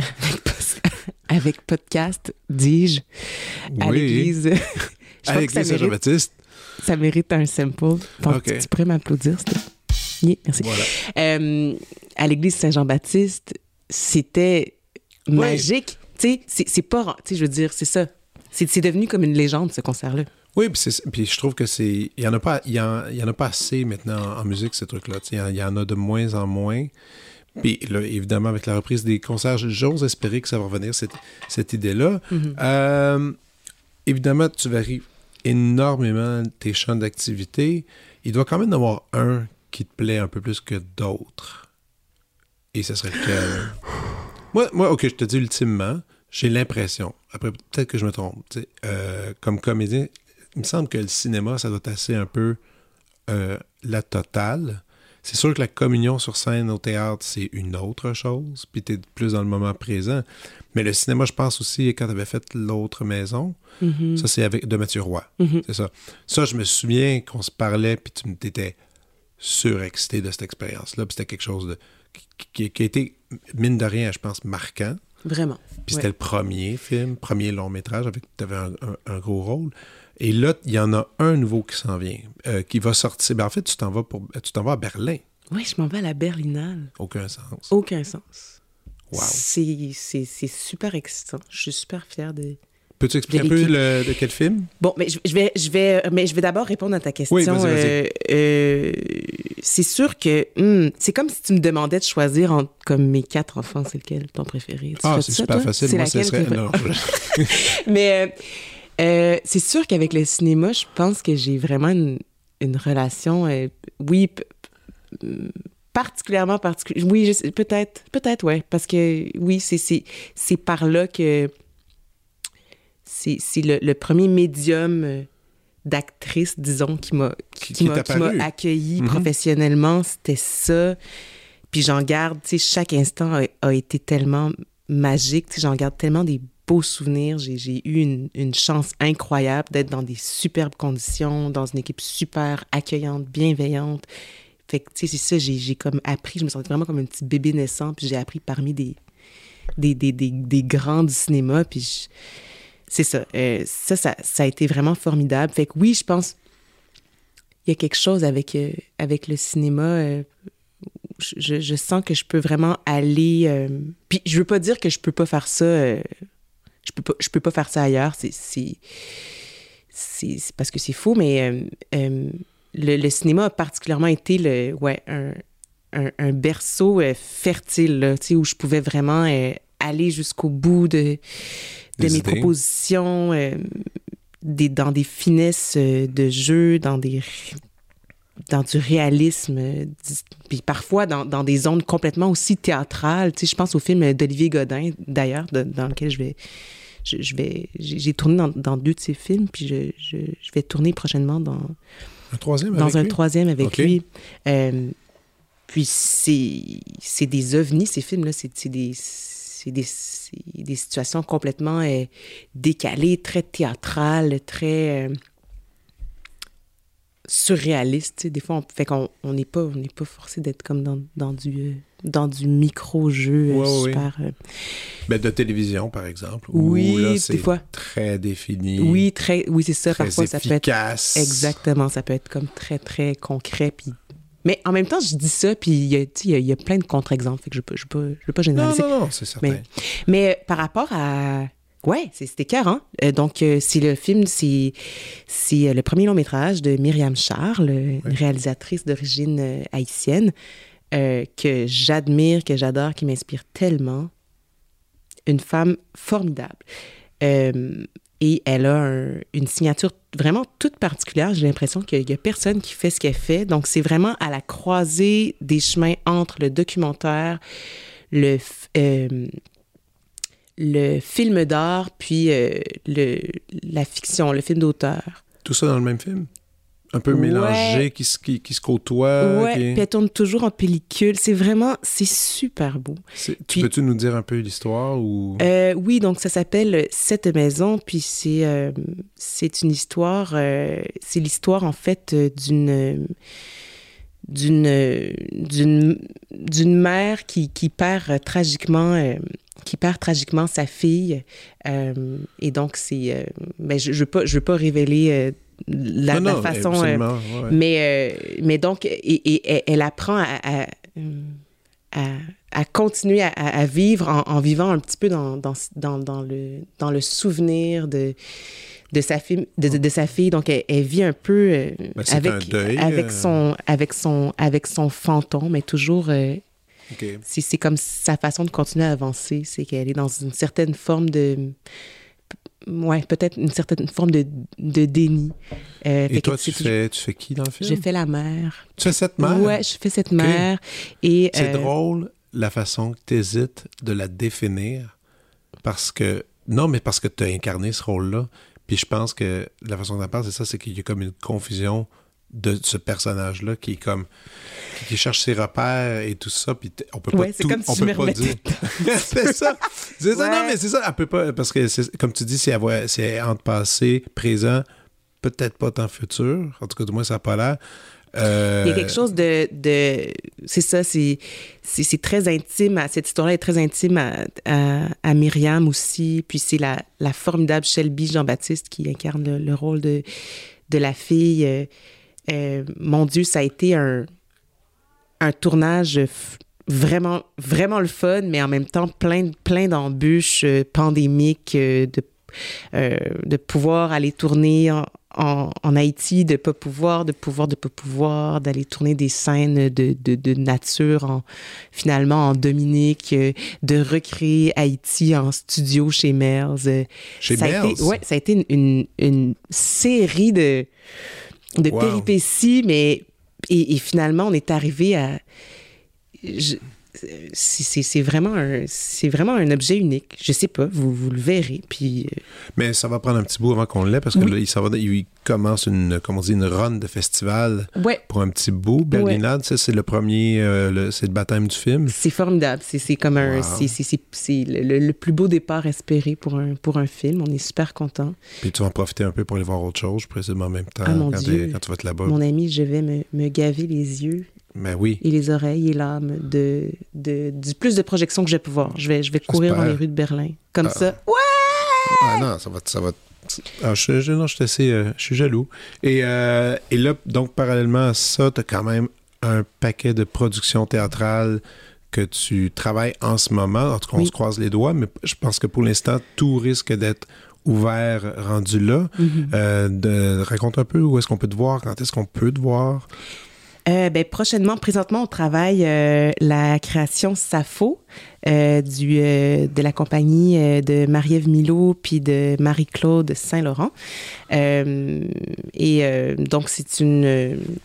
[SPEAKER 2] avec Podcast, dis-je, oui. à l'église.
[SPEAKER 1] Je à l'église Saint-Jean-Baptiste.
[SPEAKER 2] Ça mérite un sample. Donc, okay. tu pourrais m'applaudir, s'il te plaît. Yeah, merci.
[SPEAKER 1] Voilà.
[SPEAKER 2] Euh, à l'église Saint-Jean-Baptiste, c'était ouais. magique. Tu sais, c'est, c'est pas... Tu sais, je veux dire, c'est ça. C'est, c'est devenu comme une légende, ce concert-là.
[SPEAKER 1] Oui, puis, c'est, puis je trouve que c'est... Il y en a pas, il y en, il y en a pas assez maintenant en, en musique, ces trucs-là. Tu sais, il y en a de moins en moins. Puis là, évidemment, avec la reprise des concerts, j'ose espérer que ça va revenir, cette, cette idée-là. Mm-hmm. Euh, évidemment, tu varies énormément tes champs d'activité. Il doit quand même y en avoir un qui te plaît un peu plus que d'autres. Et ce serait lequel? Moi, moi, OK, je te dis ultimement, j'ai l'impression, après peut-être que je me trompe, euh, comme comédien, il me semble que le cinéma, ça doit tasser un peu euh, la totale. C'est sûr que la communion sur scène au théâtre, c'est une autre chose, puis t'es plus dans le moment présent. Mais le cinéma, je pense aussi, quand t'avais fait L'autre maison, mm-hmm. ça c'est avec de Mathieu Roy, mm-hmm. c'est ça. Ça, je me souviens qu'on se parlait, puis tu t'étais surexcité de cette expérience-là, puis c'était quelque chose de... Qui, qui a été, mine de rien, je pense, marquant.
[SPEAKER 2] Vraiment.
[SPEAKER 1] Puis c'était ouais. le premier film, premier long-métrage, avec tu avais un, un, un gros rôle. Et là, il y en a un nouveau qui s'en vient, euh, qui va sortir. Ben, en fait, tu t'en vas pour, tu t'en vas à Berlin.
[SPEAKER 2] Oui, je m'en vais à la Berlinale.
[SPEAKER 1] Aucun sens.
[SPEAKER 2] Aucun sens.
[SPEAKER 1] Wow.
[SPEAKER 2] C'est, c'est, c'est super excitant. Je suis super fière de...
[SPEAKER 1] Peux-tu expliquer un peu le, de quel film?
[SPEAKER 2] Bon, mais je, je, vais, je, vais, mais je vais d'abord répondre à ta question.
[SPEAKER 1] Oui, vas-y, vas-y.
[SPEAKER 2] Euh, euh, c'est sûr que hum, c'est comme si tu me demandais de choisir entre, comme mes quatre enfants, c'est lequel ton préféré? Tu
[SPEAKER 1] ah, c'est ça, super toi? Facile.
[SPEAKER 2] C'est
[SPEAKER 1] moi, ce serait... Non.
[SPEAKER 2] mais euh, euh, c'est sûr qu'avec le cinéma, je pense que j'ai vraiment une, une relation, euh, oui, p- p- particulièrement particulière. Oui, je, peut-être, peut-être, ouais, parce que oui, c'est, c'est, c'est par là que C'est, c'est le, le premier médium d'actrice, disons, qui m'a, qui, qui m'a, qui m'a accueilli mm-hmm. professionnellement. C'était ça. Puis j'en garde, tu sais, chaque instant a, a été tellement magique. Tu sais, j'en garde tellement des beaux souvenirs. J'ai, j'ai eu une, une chance incroyable d'être dans des superbes conditions, dans une équipe super accueillante, bienveillante. Fait que, tu sais, c'est ça, j'ai, j'ai comme appris. Je me sentais vraiment comme un petit bébé naissant. Puis j'ai appris parmi des, des, des, des, des grands du cinéma. Puis je, c'est ça. Euh, ça, ça. Ça a été vraiment formidable. Fait que oui, je pense il y a quelque chose avec, euh, avec le cinéma. Euh, je, je sens que je peux vraiment aller... Euh, puis je veux pas dire que je peux pas faire ça... Euh, je peux pas, je peux pas faire ça ailleurs. C'est, c'est, c'est, c'est parce que c'est faux, mais euh, euh, le, le cinéma a particulièrement été le, ouais, un, un, un berceau euh, fertile, là, où je pouvais vraiment euh, aller jusqu'au bout de... de mes idées. propositions, euh, des, dans des finesses euh, de jeu, dans des, dans du réalisme, puis parfois dans, dans des zones complètement aussi théâtrales. Tu sais, je pense au film d'Olivier Godin, d'ailleurs, de, dans lequel je vais... Je, je vais j'ai, j'ai tourné dans, dans deux de ses films, puis je, je, je vais tourner prochainement dans...
[SPEAKER 1] Un troisième
[SPEAKER 2] dans
[SPEAKER 1] avec
[SPEAKER 2] un
[SPEAKER 1] lui?
[SPEAKER 2] troisième avec
[SPEAKER 1] okay.
[SPEAKER 2] lui. Euh, puis c'est, c'est des ovnis, ces films-là. C'est, c'est, des, c'est, des, c'est des situations complètement euh, décalées, très théâtrales, très... Euh, surréaliste, tu sais, des fois, on, fait qu'on on n'est pas, on n'est pas forcé d'être comme dans, dans du, euh, dans du micro-jeu
[SPEAKER 1] ouais,
[SPEAKER 2] euh,
[SPEAKER 1] ouais,
[SPEAKER 2] super... Euh...
[SPEAKER 1] Ben, de télévision, par exemple.
[SPEAKER 2] Oui,
[SPEAKER 1] où, là, c'est
[SPEAKER 2] des fois.
[SPEAKER 1] très défini.
[SPEAKER 2] Oui, très, oui, c'est ça.
[SPEAKER 1] Très
[SPEAKER 2] Parfois,
[SPEAKER 1] efficace.
[SPEAKER 2] ça peut être... Exactement, ça peut être comme très, très concret, puis... Mais en même temps, je dis ça, puis il y a, il y a, il y a plein de contre-exemples, fait que je ne veux, veux, veux pas généraliser.
[SPEAKER 1] Non, non, non, c'est certain.
[SPEAKER 2] Mais, mais euh, par rapport à... Ouais, c'est, c'était écœurant. Euh, donc, euh, c'est le film, c'est, c'est euh, le premier long-métrage de Myriam Charles, euh,
[SPEAKER 1] ouais.
[SPEAKER 2] une réalisatrice d'origine euh, haïtienne, euh, que j'admire, que j'adore, qui m'inspire tellement. Une femme formidable. Euh, et elle a un, une signature vraiment toute particulière. J'ai l'impression qu'il n'y a personne qui fait ce qu'elle fait. Donc, c'est vraiment à la croisée des chemins entre le documentaire, le... Euh, le film d'art, puis euh, le, la fiction, le film d'auteur.
[SPEAKER 1] Tout ça dans le même film? Un peu
[SPEAKER 2] ouais.
[SPEAKER 1] mélangé, qui, qui, qui se côtoie?
[SPEAKER 2] Ouais,
[SPEAKER 1] qui...
[SPEAKER 2] puis elle tourne toujours en pellicule. C'est vraiment, c'est super beau.
[SPEAKER 1] C'est,
[SPEAKER 2] puis,
[SPEAKER 1] peux-tu nous dire un peu l'histoire? Ou...
[SPEAKER 2] Euh, oui, donc ça s'appelle Cette maison, puis c'est, euh, c'est une histoire, euh, c'est l'histoire en fait d'une... d'une, d'une, d'une mère qui, qui perd euh, tragiquement... Euh, qui perd tragiquement sa fille. Euh, et donc, c'est... Euh, ben, je ne veux pas, je veux pas révéler euh, la,
[SPEAKER 1] non,
[SPEAKER 2] la
[SPEAKER 1] non,
[SPEAKER 2] façon...
[SPEAKER 1] Euh, ouais.
[SPEAKER 2] mais, euh, mais donc, et, et, et elle apprend à, à, à, à continuer à, à vivre en, en vivant un petit peu dans, dans, dans, dans, le, dans le souvenir de... de sa fille, de, de, de sa fille. Donc, elle, elle vit un peu euh,
[SPEAKER 1] ben,
[SPEAKER 2] avec,
[SPEAKER 1] un deuil,
[SPEAKER 2] avec,
[SPEAKER 1] euh...
[SPEAKER 2] son, avec, son, avec son fantôme, mais toujours... Euh,
[SPEAKER 1] okay.
[SPEAKER 2] c'est, c'est comme sa façon de continuer à avancer. C'est qu'elle est dans une certaine forme de... Ouais, peut-être une certaine forme de, de déni.
[SPEAKER 1] Euh, et toi, tu fais, tu fais qui dans le film?
[SPEAKER 2] Je fais la mère.
[SPEAKER 1] Tu fais cette mère?
[SPEAKER 2] Ouais, je fais cette okay. mère. Et,
[SPEAKER 1] c'est
[SPEAKER 2] euh...
[SPEAKER 1] drôle la façon que tu hésites de la définir parce que... Non, mais parce que tu as incarné ce rôle-là. Puis je pense que la façon dont on parle, c'est ça, c'est qu'il y a comme une confusion de ce personnage-là qui est comme... qui cherche ses repères et tout ça, puis on peut pas
[SPEAKER 2] ouais, c'est
[SPEAKER 1] tout...
[SPEAKER 2] comme si
[SPEAKER 1] on
[SPEAKER 2] je
[SPEAKER 1] peut
[SPEAKER 2] me
[SPEAKER 1] pas dire... c'est ça! C'est ça, ouais. Non, mais c'est ça, elle peut pas... Parce que, c'est, comme tu dis, c'est, avoir, c'est entre passé, présent, peut-être pas tant futur. En tout cas, du moins, ça n'a pas l'air. Euh...
[SPEAKER 2] Il y a quelque chose de... de c'est ça, c'est, c'est, c'est très intime. Cette histoire-là est très intime à, à, à Myriam aussi. Puis c'est la, la formidable Shelby Jean-Baptiste qui incarne le, le rôle de, de la fille. Euh, euh, mon Dieu, ça a été un, un tournage f- vraiment, vraiment le fun, mais en même temps plein, plein d'embûches euh, pandémiques, euh, de, euh, de pouvoir aller tourner en, en, en Haïti, de pas pouvoir, de pouvoir, de pas pouvoir, d'aller tourner des scènes de, de, de nature en, finalement en Dominique, euh, de recréer Haïti en studio chez Merz. Euh,
[SPEAKER 1] chez
[SPEAKER 2] ça
[SPEAKER 1] Merz?
[SPEAKER 2] A été, ouais, ça a été une, une, une série de, de wow. péripéties, mais et, et finalement, on est arrivé à... Je, c'est, c'est, c'est, vraiment un, c'est vraiment un objet unique. Je sais pas, vous, vous le verrez. Puis, euh...
[SPEAKER 1] Mais ça va prendre un petit bout avant qu'on l'ait, parce que oui. là, il, ça va, il commence une, comment on dit, une run de festival
[SPEAKER 2] ouais.
[SPEAKER 1] pour un petit bout. Berlinade, ouais. ça, c'est le premier, euh, le, c'est le baptême du film.
[SPEAKER 2] C'est formidable. C'est, c'est comme un... Wow. C'est, c'est, c'est, c'est le, le plus beau départ espéré pour un, pour un film. On est super contents.
[SPEAKER 1] Puis tu vas en profiter un peu pour aller voir autre chose, précisément en même temps,
[SPEAKER 2] ah, mon
[SPEAKER 1] quand,
[SPEAKER 2] Dieu.
[SPEAKER 1] quand tu vas être là-bas.
[SPEAKER 2] Mon ami, je vais me, me gaver les yeux.
[SPEAKER 1] Ben oui.
[SPEAKER 2] Et les oreilles et l'âme de, de, du plus de projections que je vais pouvoir. Je vais, je vais courir dans les rues de Berlin. Comme ah. ça. Ouais!
[SPEAKER 1] Ah non, ça va... Ça va... Ah, je, je, non, je suis assez... Euh, je suis jaloux. Et, euh, et là, donc, parallèlement à ça, tu as quand même un paquet de productions théâtrales que tu travailles en ce moment. En tout cas, on oui. se croise les doigts, mais je pense que pour l'instant, tout risque d'être ouvert, rendu là. Mm-hmm. Euh, de, raconte un peu où est-ce qu'on peut te voir, quand est-ce qu'on peut te voir?
[SPEAKER 2] Euh, ben, prochainement, présentement, on travaille euh, la création Sappho euh, du, euh, de la compagnie euh, de Marie-Ève Milot puis de Marie-Claude Saint-Laurent. Euh, et euh, donc, c'est une...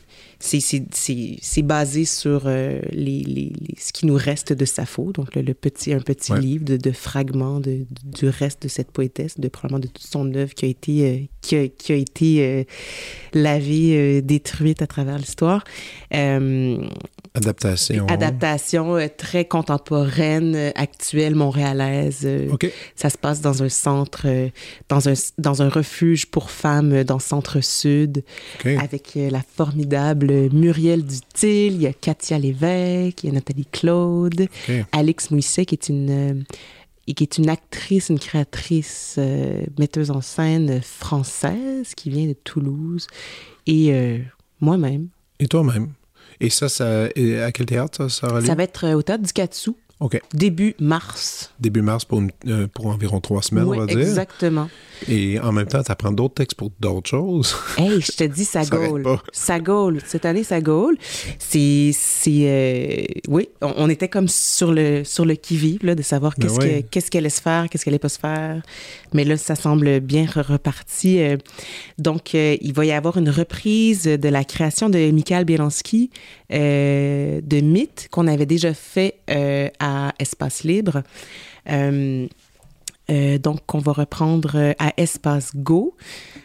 [SPEAKER 2] c'est, c'est, c'est, c'est basé sur euh, les, les, les, ce qui nous reste de Sappho, donc le, le petit, un petit ouais. livre de, de fragments de, de, du reste de cette poétesse, de probablement de toute son œuvre qui a été, euh, qui a, qui a été euh, lavée, euh, détruite à travers l'histoire. Euh,
[SPEAKER 1] Adaptation.
[SPEAKER 2] Adaptation euh, très contemporaine, euh, actuelle, montréalaise. Euh,
[SPEAKER 1] okay.
[SPEAKER 2] Ça se passe dans un centre, euh, dans, un, dans un refuge pour femmes euh, dans le centre-sud, okay. avec euh, la formidable Muriel Dutil, il y a Katia Lévesque, il y a Nathalie Claude, okay. Alix Mouisset, qui est une... Euh, et qui est une actrice, une créatrice, euh, metteuse en scène française qui vient de Toulouse, et euh, moi-même.
[SPEAKER 1] Et toi-même. Et ça, ça à quel théâtre, ça, ça aura lieu?
[SPEAKER 2] Ça va être au Théâtre du Katsu.
[SPEAKER 1] OK.
[SPEAKER 2] Début mars.
[SPEAKER 1] Début mars pour, une, euh, pour environ trois semaines,
[SPEAKER 2] oui,
[SPEAKER 1] on va dire.
[SPEAKER 2] Exactement.
[SPEAKER 1] Et en même temps, tu apprends d'autres textes pour d'autres choses.
[SPEAKER 2] Hey, je te dis, ça gaule. Ça gaule. Cette année, ça gaule. C'est... c'est euh, oui, on, on était comme sur le, sur le qui-vive, là, de savoir qu'est-ce, ben oui. que, qu'est-ce qu'elle allait se faire, qu'est-ce qu'elle allait pas se faire. Mais là, ça semble bien reparti. Donc, euh, il va y avoir une reprise de la création de Michael Bielanski, euh, de Mythe, qu'on avait déjà fait euh, à Espace Libre. Euh, Euh, donc, qu'on va reprendre à Espace Go,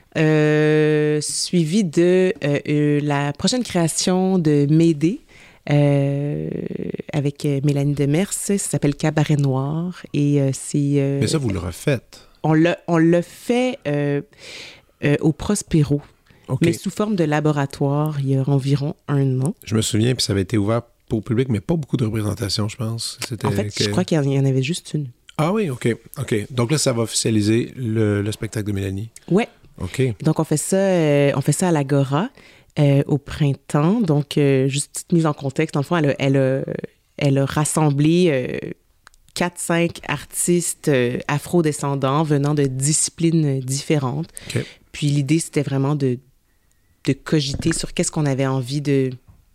[SPEAKER 2] euh, suivi de euh, euh, la prochaine création de Médée euh, avec Mélanie Demers. Ça s'appelle Cabaret Noir. Et euh, c'est... Euh,
[SPEAKER 1] Mais ça, vous le refaites?
[SPEAKER 2] On l'a, on l'a fait euh, euh, au Prospero, okay. mais sous forme de laboratoire, il y a environ un an.
[SPEAKER 1] Je me souviens, puis ça avait été ouvert pour le public, mais pas beaucoup de représentations, je pense. C'était
[SPEAKER 2] en fait,
[SPEAKER 1] que...
[SPEAKER 2] je crois qu'il y en avait juste une.
[SPEAKER 1] Ah oui, OK. OK. Donc là, ça va officialiser le, le spectacle de Mélanie.
[SPEAKER 2] Oui.
[SPEAKER 1] OK.
[SPEAKER 2] Donc, on fait ça, euh, on fait ça à l'Agora euh, au printemps. Donc, euh, juste petite mise en contexte. Dans le fond, elle a, elle a, elle a rassemblé euh, quatre cinq artistes euh, afro-descendants venant de disciplines différentes.
[SPEAKER 1] OK.
[SPEAKER 2] Puis l'idée, c'était vraiment de, de cogiter sur qu'est-ce qu'on avait envie de...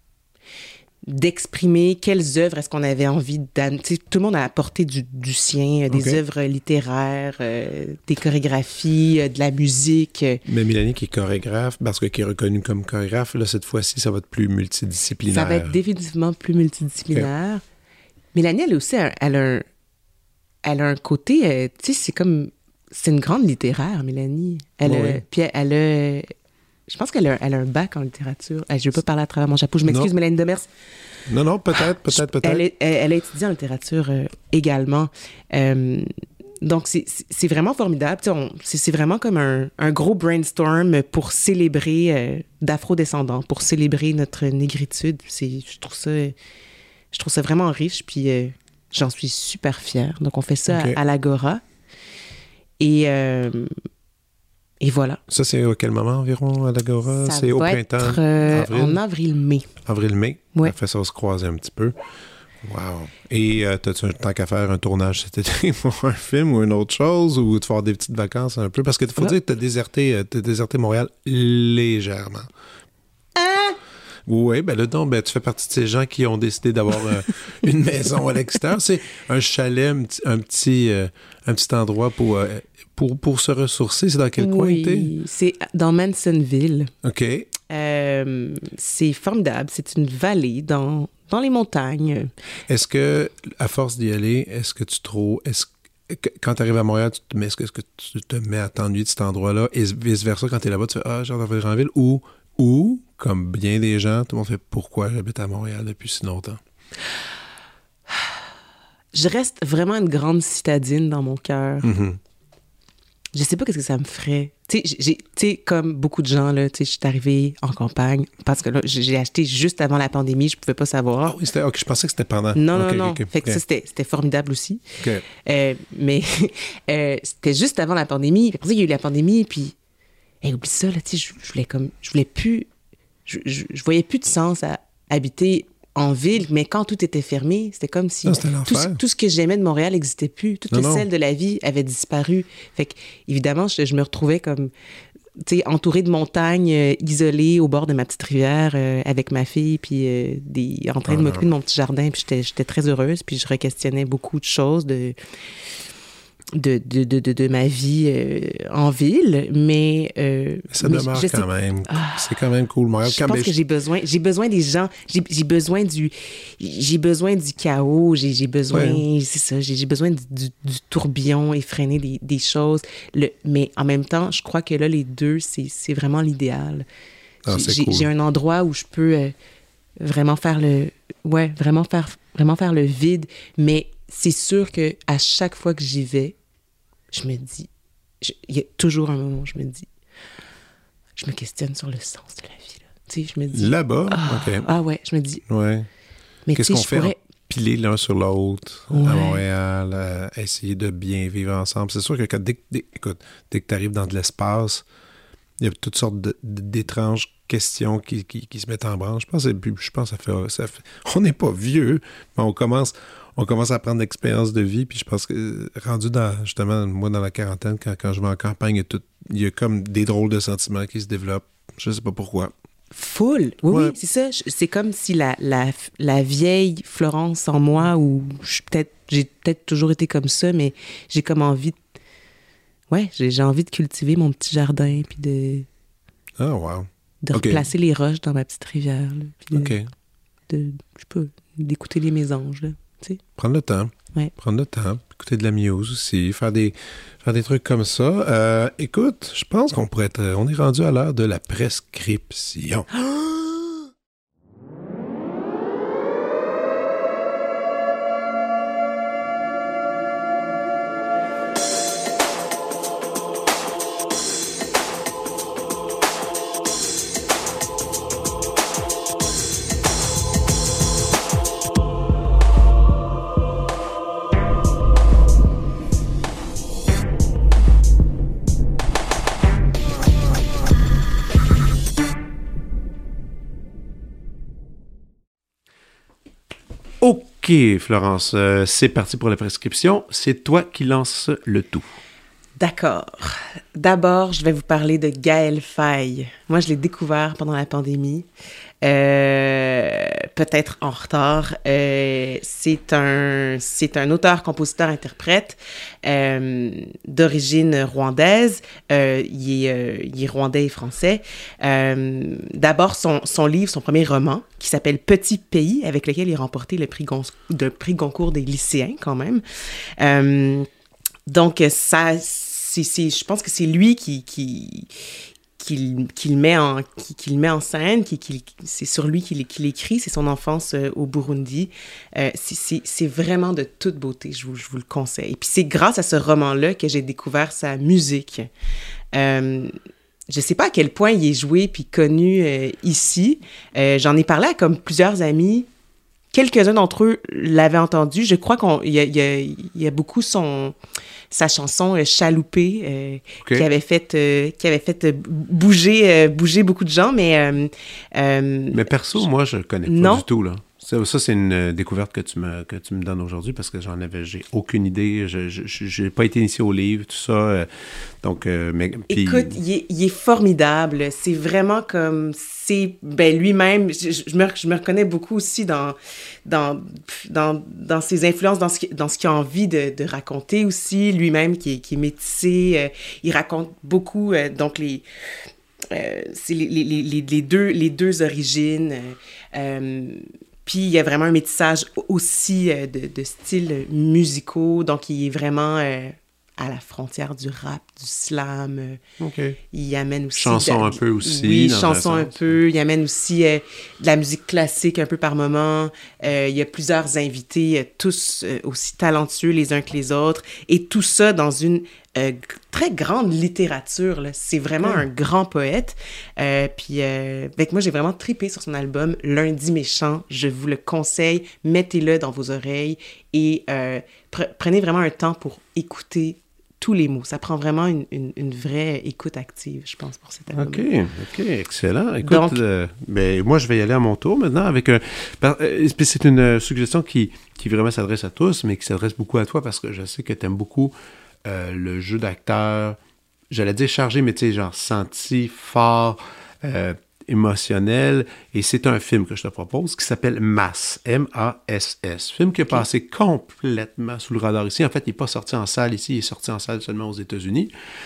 [SPEAKER 2] d'exprimer, quelles œuvres est-ce qu'on avait envie d'amener. Tout le monde a apporté du, du sien, des okay. œuvres littéraires, euh, des chorégraphies, euh, de la musique.
[SPEAKER 1] Mais Mélanie qui est chorégraphe, parce que qui est reconnue comme chorégraphe, là, cette fois-ci, ça va être plus multidisciplinaire.
[SPEAKER 2] Ça va être définitivement plus multidisciplinaire. Okay. Mélanie, elle aussi, elle a un, elle a un côté, euh, tu sais, c'est comme... C'est une grande littéraire, Mélanie. Elle,
[SPEAKER 1] oui.
[SPEAKER 2] a, puis elle a... Je pense qu'elle a, elle a un bac en littérature. Je ne veux pas parler à travers mon chapeau. Je m'excuse, Mélanie Demers.
[SPEAKER 1] Non, non, peut-être, peut-être, peut-être.
[SPEAKER 2] Elle, est, elle, elle a étudié en littérature euh, également. Euh, donc, c'est, c'est vraiment formidable. On, c'est, c'est vraiment comme un, un gros brainstorm pour célébrer euh, d'afro-descendants, pour célébrer notre négritude. C'est, je, trouve ça, je trouve ça vraiment riche, puis euh, j'en suis super fière. Donc, on fait ça okay. à, à l'Agora. Et... Euh, Et voilà.
[SPEAKER 1] Ça, c'est à quel moment environ à l'Agora?
[SPEAKER 2] Ça
[SPEAKER 1] c'est
[SPEAKER 2] va
[SPEAKER 1] au printemps?
[SPEAKER 2] Être, euh, avril? En avril-mai.
[SPEAKER 1] Avril-mai?
[SPEAKER 2] Oui.
[SPEAKER 1] Ça fait ça se croiser un petit peu. Wow. Et euh, t'as-tu un temps qu'à faire un tournage cet été pour un film ou une autre chose, ou de faire des petites vacances un peu? Parce qu'il faut ah. dire que t'as déserté, t'as déserté Montréal légèrement.
[SPEAKER 2] Ah!
[SPEAKER 1] Oui, ben là, donc, ben, tu fais partie de ces gens qui ont décidé d'avoir euh, une maison à l'extérieur. C'est un chalet, un petit, un petit, euh, un petit endroit pour, euh, pour, pour se ressourcer. C'est dans quel
[SPEAKER 2] oui,
[SPEAKER 1] coin t'es?
[SPEAKER 2] C'est dans Mansonville.
[SPEAKER 1] OK.
[SPEAKER 2] Euh, c'est formidable. C'est une vallée dans, dans les montagnes.
[SPEAKER 1] Est-ce que, à force d'y aller, est-ce que tu trouves... Est-ce quand tu arrives à Montréal, tu te mets, est-ce, que, est-ce que tu te mets à t'ennuyer de cet endroit-là et vice-versa, quand tu es là-bas, tu fais « Ah, j'ai envie de revenir en ville » ou, ou, comme bien des gens, tout le monde fait « Pourquoi j'habite à Montréal depuis si longtemps? »
[SPEAKER 2] Je reste vraiment une grande citadine dans mon cœur.
[SPEAKER 1] Mm-hmm.
[SPEAKER 2] Je sais pas qu'est-ce que ça me ferait. Tu sais, comme beaucoup de gens, là, tu sais, je suis arrivée en campagne parce que là, j'ai acheté juste avant la pandémie, je pouvais pas savoir.
[SPEAKER 1] Ah oui, c'était, okay, je pensais que c'était pendant.
[SPEAKER 2] Non,
[SPEAKER 1] okay,
[SPEAKER 2] non, non.
[SPEAKER 1] Okay,
[SPEAKER 2] fait que
[SPEAKER 1] okay.
[SPEAKER 2] ça, c'était, c'était formidable aussi.
[SPEAKER 1] Okay.
[SPEAKER 2] Euh, mais euh, c'était juste avant la pandémie. Après ça, il y a eu la pandémie, puis hey, oublie ça, là, tu sais, je, je voulais comme, je voulais plus, je, je, je voyais plus de sens à habiter en ville, mais quand tout était fermé, c'était comme si
[SPEAKER 1] non,
[SPEAKER 2] tout, tout ce que j'aimais de Montréal n'existait plus. Toutes les selles de la vie avaient disparu. Fait que, évidemment, je, je me retrouvais comme, tu sais, entourée de montagnes, euh, isolée au bord de ma petite rivière euh, avec ma fille, puis euh, des, en train ah, de m'occuper de mon petit jardin, puis j'étais, j'étais très heureuse, puis je re-questionnais beaucoup de choses, de... de, de, de, de, de ma vie euh, en ville, mais... Euh,
[SPEAKER 1] ça
[SPEAKER 2] mais
[SPEAKER 1] demeure
[SPEAKER 2] je
[SPEAKER 1] quand
[SPEAKER 2] sais,
[SPEAKER 1] même.
[SPEAKER 2] Ah,
[SPEAKER 1] c'est quand même cool. Montréal,
[SPEAKER 2] je
[SPEAKER 1] quand
[SPEAKER 2] pense
[SPEAKER 1] même,
[SPEAKER 2] que j'ai besoin, j'ai besoin des gens, j'ai, j'ai besoin du, j'ai besoin du chaos, j'ai, j'ai besoin,
[SPEAKER 1] Ouais.
[SPEAKER 2] c'est ça, j'ai, j'ai besoin du, du, du tourbillon effréné des, des choses. Le, mais en même temps, je crois que là, les deux, c'est, c'est vraiment l'idéal.
[SPEAKER 1] Ah,
[SPEAKER 2] J'ai,
[SPEAKER 1] c'est
[SPEAKER 2] j'ai,
[SPEAKER 1] cool.
[SPEAKER 2] j'ai un endroit où je peux euh, vraiment faire le, ouais, vraiment faire, vraiment faire le vide. Mais c'est sûr que à chaque fois que j'y vais, je me dis, je- il y a toujours un moment où je me dis, je me questionne sur le sens de la vie. Là. Tu sais, je me dis.
[SPEAKER 1] Là-bas?
[SPEAKER 2] Ah,
[SPEAKER 1] OK.
[SPEAKER 2] ah ouais, je me dis.
[SPEAKER 1] Ouais.
[SPEAKER 2] Mais
[SPEAKER 1] Qu'est-ce
[SPEAKER 2] tu
[SPEAKER 1] qu'on
[SPEAKER 2] sais, je
[SPEAKER 1] fait?
[SPEAKER 2] pourrais.
[SPEAKER 1] Piler l'un sur l'autre
[SPEAKER 2] Ouais.
[SPEAKER 1] à Montréal, euh, essayer de bien vivre ensemble. C'est sûr que quand, dès, dès, écoute, dès que tu arrives dans de l'espace, il y a toutes sortes de, de, d'étranges questions qui, qui, qui se mettent en branle. Je pense, je pense que ça fait, ça fait... On n'est pas vieux, mais on commence, on commence à prendre l'expérience de vie. Puis je pense que, rendu dans, justement, moi, dans la quarantaine, quand, quand je vais en campagne, il y a, tout, il y a comme des drôles de sentiments qui se développent. Je sais pas pourquoi.
[SPEAKER 2] Full. Oui,
[SPEAKER 1] Ouais.
[SPEAKER 2] oui, c'est ça. Je- C'est comme si la, la, la vieille Florence en moi, où je suis peut-être, j'ai peut-être toujours été comme ça, mais j'ai comme envie de. Ouais, j'ai, j'ai envie de cultiver mon petit jardin, puis de,
[SPEAKER 1] Ah, wow.
[SPEAKER 2] de
[SPEAKER 1] Ok.
[SPEAKER 2] replacer les roches dans ma petite rivière. Là, puis de,
[SPEAKER 1] OK.
[SPEAKER 2] de, je sais pas, d'écouter les mésanges, là. Tu sais.
[SPEAKER 1] Prendre le temps.
[SPEAKER 2] Ouais.
[SPEAKER 1] Prendre le temps. Écouter de la muse aussi. Faire des, faire des trucs comme ça. Euh, écoute, je pense qu'on pourrait être... On est rendu à l'heure de la prescription. OK, Florence, euh, c'est parti pour la prescription. C'est toi qui lance le tout.
[SPEAKER 2] D'accord. D'abord, je vais vous parler de Gaël Faye. Moi, je l'ai découvert pendant la pandémie. Euh, peut-être en retard. Euh, c'est un, c'est un auteur, compositeur, interprète euh, d'origine rwandaise. Euh, il, est, euh, il est rwandais et français. Euh, d'abord, son, son livre, son premier roman, qui s'appelle Petit Pays, avec lequel il a remporté le prix, Gon- de prix Goncourt des lycéens, quand même. Euh, donc, ça, c'est, c'est, je pense que c'est lui qui... qui qu'il, qu'il, met en, qu'il met en scène, qu'il, qu'il, c'est sur lui qu'il, qu'il écrit, c'est son enfance euh, au Burundi. Euh, c'est, c'est, c'est vraiment de toute beauté, je vous, je vous le conseille. Et puis c'est grâce à ce roman-là que j'ai découvert sa musique. Euh, je sais pas à quel point il est joué puis connu euh, ici. Euh, j'en ai parlé à comme plusieurs amis. Quelques-uns d'entre eux l'avaient entendu. Je crois qu'il y a, il y a, il y a beaucoup son, sa chanson euh, Chaloupé euh,
[SPEAKER 1] OK.
[SPEAKER 2] qui avait fait, euh, qui avait fait euh, bouger, euh, bouger beaucoup de gens, mais... Euh, euh,
[SPEAKER 1] Mais perso, moi, je le connais pas
[SPEAKER 2] non.
[SPEAKER 1] du tout, là. Ça, ça, c'est une euh, découverte que tu me, que tu me donnes aujourd'hui parce que j'en avais, j'ai aucune idée. Je, je, je- j'ai pas été initié au livre, tout ça. euh, donc, euh, mais, puis-
[SPEAKER 2] Écoute, il est, il est formidable. C'est vraiment comme... C'est, ben, lui-même, je, je me, je me reconnais beaucoup aussi dans, dans, dans, dans ses influences, dans ce, qui- dans ce qu'il a envie de, de raconter aussi. Lui-même qui est, qui est métissé, euh, il raconte beaucoup, euh, donc les... Euh, c'est les, les, les, les, deux, les deux origines. Euh, euh, puis il y a vraiment un métissage aussi euh, de, de styles musicaux. Donc il est vraiment euh, à la frontière du rap, du slam. Euh,
[SPEAKER 1] OK.
[SPEAKER 2] il amène aussi...
[SPEAKER 1] Chanson
[SPEAKER 2] de-
[SPEAKER 1] un peu aussi,
[SPEAKER 2] Oui,
[SPEAKER 1] dans un
[SPEAKER 2] chanson un
[SPEAKER 1] sens.
[SPEAKER 2] peu. Il amène aussi euh, de la musique classique un peu par moment. Euh, il y a plusieurs invités, euh, tous euh, aussi talentueux les uns que les autres. Et tout ça dans une euh, g- très grande littérature. Là. C'est vraiment
[SPEAKER 1] Ok.
[SPEAKER 2] un grand poète. Euh, puis, euh, avec moi, j'ai vraiment trippé sur son album Lundi méchant. Je vous le conseille. Mettez-le dans vos oreilles et euh, pre- prenez vraiment un temps pour écouter tous les mots. Ça prend vraiment une, une, une vraie écoute active, je pense, pour cet album.
[SPEAKER 1] OK, OK, excellent. Écoute,
[SPEAKER 2] Donc-
[SPEAKER 1] euh, ben, moi, je vais y aller à mon tour maintenant avec un... par- euh, puis c'est une euh, suggestion qui, qui vraiment s'adresse à tous, mais qui s'adresse beaucoup à toi parce que je sais que tu aimes beaucoup euh, le jeu d'acteur, j'allais dire chargé, mais tu sais, genre senti, fort, euh, émotionnel. Et c'est un film que je te propose qui s'appelle Mass, M A S S. Film qui est passé complètement sous le radar ici. En fait, il n'est pas sorti en salle ici, il est sorti en salle seulement aux États-Unis.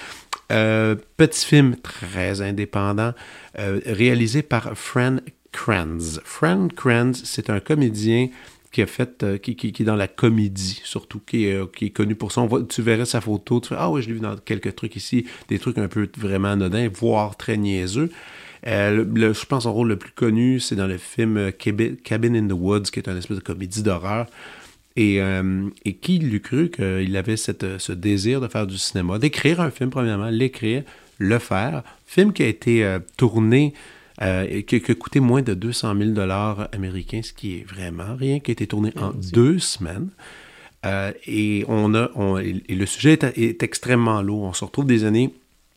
[SPEAKER 1] Euh, petit film très indépendant, euh, réalisé par Fran Kranz. Fran Kranz, c'est un comédien qui a fait, euh, qui, qui, qui est dans la comédie, surtout, qui est, euh, qui est connu pour ça. On voit, tu verrais sa photo, tu fais « Ah oui, je l'ai vu dans quelques trucs ici », des trucs un peu vraiment anodins, voire très niaiseux. Euh, le, le, je pense son rôle le plus connu, c'est dans le film Cabin in the Woods, qui est une espèce de comédie d'horreur. Et, euh, et qui l'eût cru qu'il avait cette, ce désir de faire du cinéma, d'écrire un film, premièrement, l'écrire, le faire. Film qui a été euh, tourné, euh, qui, qui a coûté moins de deux cent mille dollars américains, ce qui est vraiment rien, qui a été tourné en Merci. deux semaines. Euh, et, on a, on, et le sujet est, est extrêmement lourd. On se retrouve des années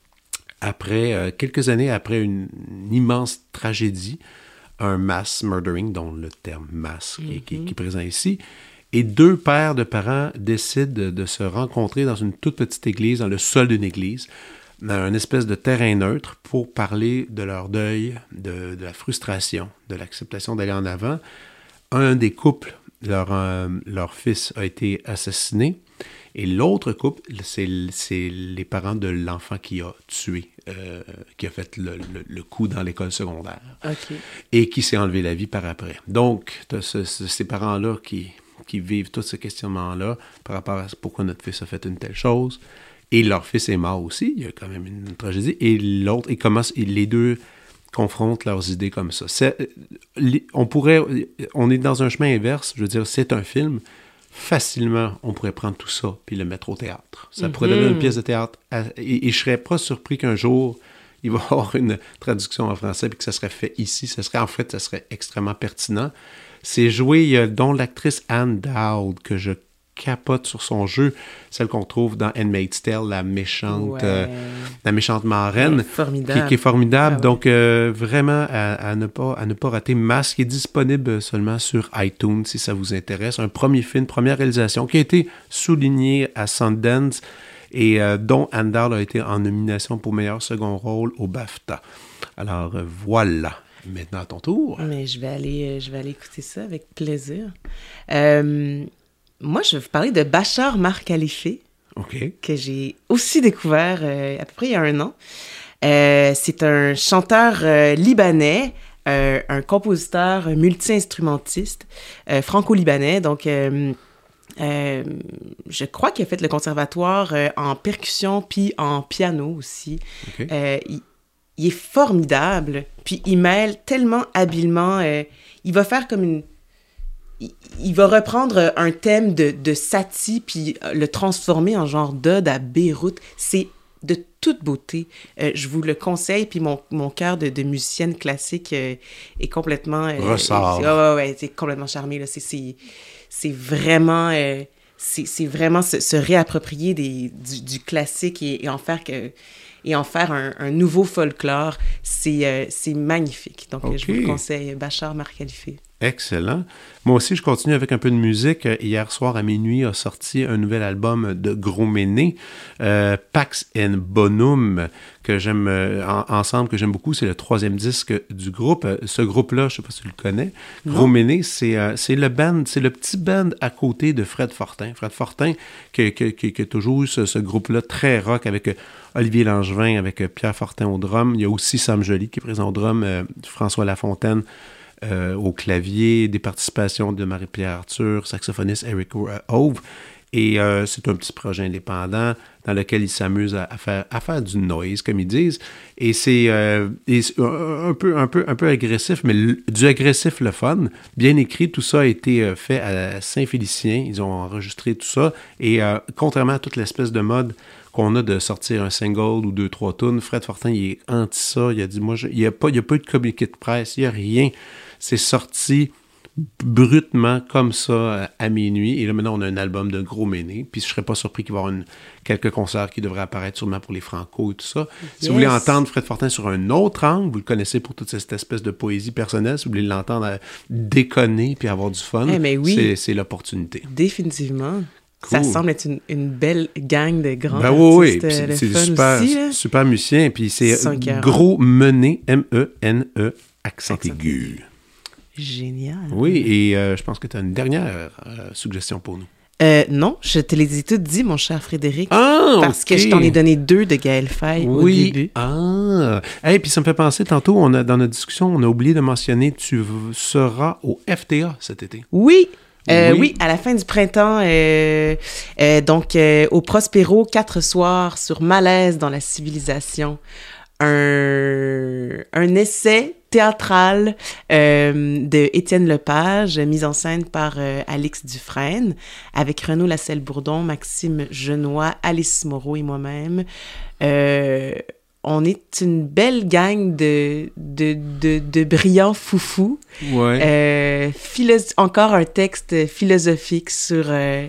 [SPEAKER 1] après, euh, quelques années après une, une immense tragédie, un mass murdering, dont le terme mass qui, mm-hmm. qui, qui est présent ici. Et deux pères de parents décident de, de se rencontrer dans une toute petite église, dans le sol d'une église, dans une espèce de terrain neutre pour parler de leur deuil, de, de la frustration, de l'acceptation d'aller en avant. Un des couples, leur, euh, leur fils a été assassiné, et l'autre couple, c'est, c'est les parents de l'enfant qui a tué, euh, qui a fait le, le, le coup dans l'école secondaire, okay. et qui s'est enlevé la vie par après. Donc, t'as ce, ce, ces parents-là qui... qui vivent tous ces questionnements-là par rapport à pourquoi notre fils a fait une telle chose. Et leur fils est mort aussi, il y a quand même une, une tragédie. Et l'autre, et comment et les deux confrontent leurs idées comme ça. C'est, on pourrait, on est dans un chemin inverse, je veux dire, c'est un film, facilement, on pourrait prendre tout ça puis le mettre au théâtre. Ça mm-hmm. pourrait devenir une pièce de théâtre. Et, et je serais pas surpris qu'un jour, il va y avoir une traduction en français puis que ça serait fait ici. Ça serait, en fait, ça serait extrêmement pertinent. C'est joué, il y a dont l'actrice Anne Dowd, que je capote sur son jeu, celle qu'on trouve dans Handmaid's Tale, la méchante, ouais. euh, la méchante marraine, qui, qui est formidable. Ah, ouais. Donc, euh, vraiment, à, à, ne pas, à ne pas rater. Mass, qui est disponible seulement sur iTunes, si ça vous intéresse. Un premier film, première réalisation, qui a été souligné à Sundance et euh, dont Anne Dowd a été en nomination pour meilleur second rôle au BAFTA. Alors, euh, voilà. Maintenant, à ton tour.
[SPEAKER 2] Mais je vais aller, je vais aller écouter ça avec plaisir. Euh, moi, je vais vous parler de Bachar Mar Khalifa,
[SPEAKER 1] okay.
[SPEAKER 2] que j'ai aussi découvert euh, à peu près il y a un an. Euh, c'est un chanteur euh, libanais, euh, un compositeur multi-instrumentiste euh, franco-libanais. Donc, euh, euh, je crois qu'il a fait le conservatoire euh, en percussion puis en piano aussi.
[SPEAKER 1] Okay.
[SPEAKER 2] Euh, il, Il est formidable, puis il mêle tellement habilement. Euh, il va faire comme une... Il, il va reprendre un thème de, de Satie, puis le transformer en genre d'ode à Beyrouth. C'est de toute beauté. Euh, je vous le conseille, puis mon, mon cœur de, de musicienne classique euh, est complètement... Euh,
[SPEAKER 1] Ressort.
[SPEAKER 2] Euh, ouais, ouais, c'est complètement charmé. Là. C'est, c'est, c'est vraiment... Euh, c'est, c'est vraiment se, se réapproprier des, du, du classique et, et en faire que... et en faire un, un nouveau folklore, c'est, euh, c'est magnifique. Donc, okay. je vous le conseille, Bachar Mar Khalifa.
[SPEAKER 1] Excellent. Moi aussi, je continue avec un peu de musique. Hier soir, à minuit, a sorti un nouvel album de Gros Méné, euh, Pax and Bonum, que j'aime euh, en, ensemble, que j'aime beaucoup. C'est le troisième disque du groupe. Ce groupe-là, je ne sais pas si tu le connais. Non. Gros Méné, c'est, euh, c'est le band, c'est le petit band à côté de Fred Fortin. Fred Fortin, qui, qui, qui, qui a toujours eu ce, ce groupe-là très rock avec Olivier Langevin, avec Pierre Fortin au drum. Il y a aussi Sam Joly qui est présent au drum, euh, François Lafontaine euh, au clavier, des participations de Marie-Pierre Arthur, saxophoniste Eric Hove. Et euh, c'est un petit projet indépendant dans lequel ils s'amusent à, à, faire, à faire du noise, comme ils disent. Et c'est, euh, et c'est un, peu, un, peu, un peu agressif, mais l- du agressif le fun. Bien écrit, tout ça a été fait à Saint-Félicien. Ils ont enregistré tout ça. Et euh, contrairement à toute l'espèce de mode qu'on a de sortir un single ou deux, trois tunes, Fred Fortin, il est anti ça. Il a dit, moi, je, il n'y a, a pas eu de communiqué de presse, il n'y a rien. C'est sorti brutement comme ça à minuit. Et là, maintenant, on a un album de Gros Méné. Puis je ne serais pas surpris qu'il va y avoir une, quelques concerts qui devraient apparaître sûrement pour les Franco et tout ça. Yes. Si vous voulez entendre Fred Fortin sur un autre angle, vous le connaissez pour toute cette espèce de poésie personnelle. Si vous voulez l'entendre déconner puis avoir du fun,
[SPEAKER 2] eh, mais oui,
[SPEAKER 1] c'est, c'est l'opportunité.
[SPEAKER 2] Définitivement. Ça semble être une, une belle gang de grands
[SPEAKER 1] ben oui,
[SPEAKER 2] artistes.
[SPEAKER 1] Oui,
[SPEAKER 2] oui.
[SPEAKER 1] c'est des super,
[SPEAKER 2] aussi,
[SPEAKER 1] super musiciens. Puis c'est Gros Mené, M E N E, accent, accent aigu.
[SPEAKER 2] Génial.
[SPEAKER 1] Oui, et euh, je pense que tu as une dernière euh, suggestion pour nous.
[SPEAKER 2] Euh, non, je te les ai toutes dit, mon cher Frédéric.
[SPEAKER 1] Ah,
[SPEAKER 2] parce
[SPEAKER 1] okay.
[SPEAKER 2] que je t'en ai donné deux de Gaël Faye
[SPEAKER 1] oui.
[SPEAKER 2] au début.
[SPEAKER 1] Ah, et hey, puis ça me fait penser, tantôt, on a, dans notre discussion, on a oublié de mentionner, tu seras au F T A cet été.
[SPEAKER 2] Oui. Euh, oui.
[SPEAKER 1] oui,
[SPEAKER 2] à la fin du printemps, euh, euh, donc euh, au Prospero, quatre soirs sur Malaise dans la civilisation. Un, un essai théâtral euh, de Étienne Lepage, mise en scène par euh, Alix Dufresne, avec Renaud Lasselle-Bourdon, Maxime Genois, Alice Moreau et moi-même. Euh, on est une belle gang de, de, de, de brillants foufous.
[SPEAKER 1] Ouais.
[SPEAKER 2] Euh, philo- encore un texte philosophique sur... Euh,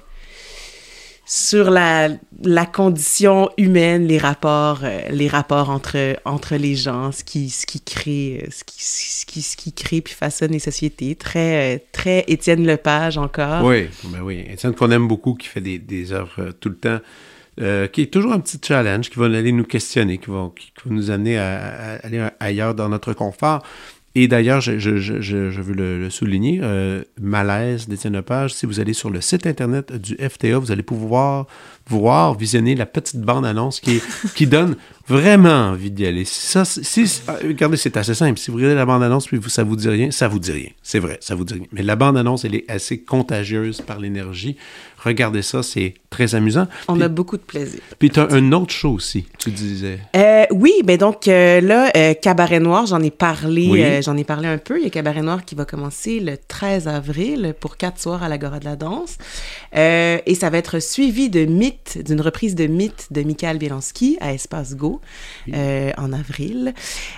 [SPEAKER 2] sur la, la condition humaine, les rapports, euh, les rapports entre, entre les gens, ce qui, ce qui crée, ce qui, ce qui, ce qui crée puis façonne les sociétés. Très, euh, très Étienne Lepage encore.
[SPEAKER 1] Oui, ben oui. Étienne qu'on aime beaucoup, qui fait des, des œuvres euh, tout le temps, euh, qui est toujours un petit challenge, qui va aller nous questionner, qui va, qui, qui va nous amener à, à aller ailleurs dans notre confort. Et d'ailleurs, je, je, je, je veux le, le souligner, euh, Malaise d'Étienne Lepage, si vous allez sur le site internet du F T A, vous allez pouvoir voir, visionner la petite bande-annonce qui, est, qui donne vraiment envie d'y aller. Ça, si, regardez, c'est assez simple. Si vous regardez la bande-annonce puis vous, ça vous dit rien, ça vous dit rien. C'est vrai, ça vous dit rien. Mais la bande-annonce, elle est assez contagieuse par l'énergie. Regardez ça, c'est très amusant.
[SPEAKER 2] On
[SPEAKER 1] puis,
[SPEAKER 2] a beaucoup de plaisir.
[SPEAKER 1] Puis tu as un autre show aussi, tu disais.
[SPEAKER 2] Euh, oui, ben donc euh, là, euh, Cabaret Noir, j'en ai parlé,
[SPEAKER 1] oui.
[SPEAKER 2] euh, j'en ai parlé un peu. Il y a Cabaret Noir qui va commencer le treize avril pour quatre soirs à l'Agora de la danse. Euh, et ça va être suivi de Mythe, d'une reprise de Mythe de Michael Bielanski à Espace Go oui. euh, en avril.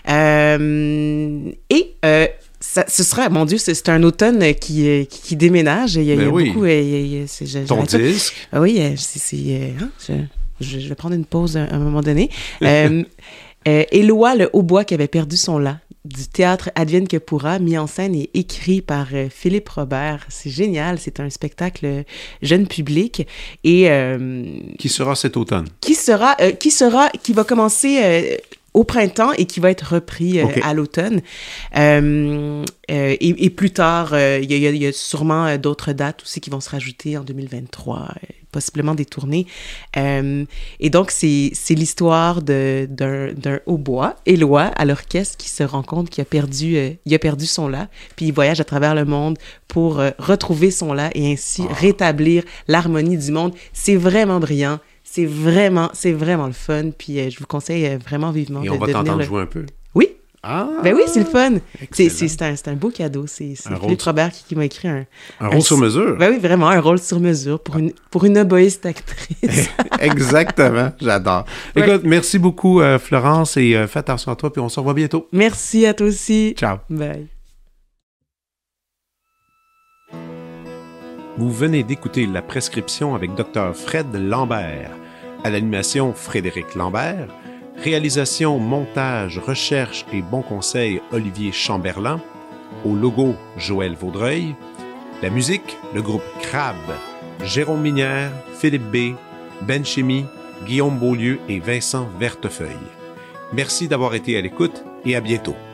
[SPEAKER 2] Euh, et euh, ça, ce sera, mon Dieu, c'est, c'est un automne qui, qui, qui déménage. Il y a,
[SPEAKER 1] ben
[SPEAKER 2] il y a
[SPEAKER 1] oui.
[SPEAKER 2] beaucoup... Il y a, il y a, c'est, je,
[SPEAKER 1] Ton disque.
[SPEAKER 2] Ah oui, c'est... c'est hein, je, je, je vais prendre une pause à un moment donné. euh, euh, Éloi le Hautbois qui avait perdu son la du théâtre Advienne que pourra, mis en scène et écrit par euh, Philippe Robert. C'est génial, c'est un spectacle jeune public et... Euh,
[SPEAKER 1] qui sera cet automne?
[SPEAKER 2] Qui sera... Euh, qui sera... Qui va commencer... Euh, au printemps et qui va être repris euh, okay. à l'automne. Euh, euh, et, et plus tard, il euh, y, y, y a sûrement euh, d'autres dates aussi qui vont se rajouter en deux mille vingt-trois, euh, possiblement des tournées. Euh, et donc, c'est, c'est l'histoire de, d'un, d'un hautbois, Éloi, à l'orchestre, qui se rend compte qu'il a perdu, euh, il a perdu son la, puis il voyage à travers le monde pour euh, retrouver son la et ainsi oh. rétablir l'harmonie du monde. C'est vraiment brillant. C'est vraiment, c'est vraiment le fun. Puis euh, je vous conseille euh, vraiment vivement
[SPEAKER 1] et
[SPEAKER 2] de,
[SPEAKER 1] on va
[SPEAKER 2] de
[SPEAKER 1] t'entendre
[SPEAKER 2] le...
[SPEAKER 1] jouer un peu.
[SPEAKER 2] Oui.
[SPEAKER 1] Ah!
[SPEAKER 2] Ben oui, c'est le fun. C'est, c'est, c'est, un, c'est un beau cadeau. C'est, c'est Philippe
[SPEAKER 1] sur...
[SPEAKER 2] Robert qui, qui m'a écrit un...
[SPEAKER 1] Un, un rôle sur mesure.
[SPEAKER 2] Ben oui, vraiment, un rôle sur mesure pour une, pour une oboïste actrice.
[SPEAKER 1] Exactement, j'adore. Ouais. Écoute, merci beaucoup euh, Florence et euh, fais attention à toi puis on se revoit bientôt.
[SPEAKER 2] Merci à toi aussi.
[SPEAKER 1] Ciao.
[SPEAKER 2] Bye.
[SPEAKER 1] Vous venez d'écouter La Prescription avec docteur Fred Lambert. À l'animation, Frédéric Lambert. Réalisation, montage, recherche et bons conseils, Olivier Chamberlain. Au logo, Joël Vaudreuil. La musique, le groupe Crabe. Jérôme Minière, Philippe B., Ben Chimie, Guillaume Beaulieu et Vincent Vertefeuille. Merci d'avoir été à l'écoute et à bientôt.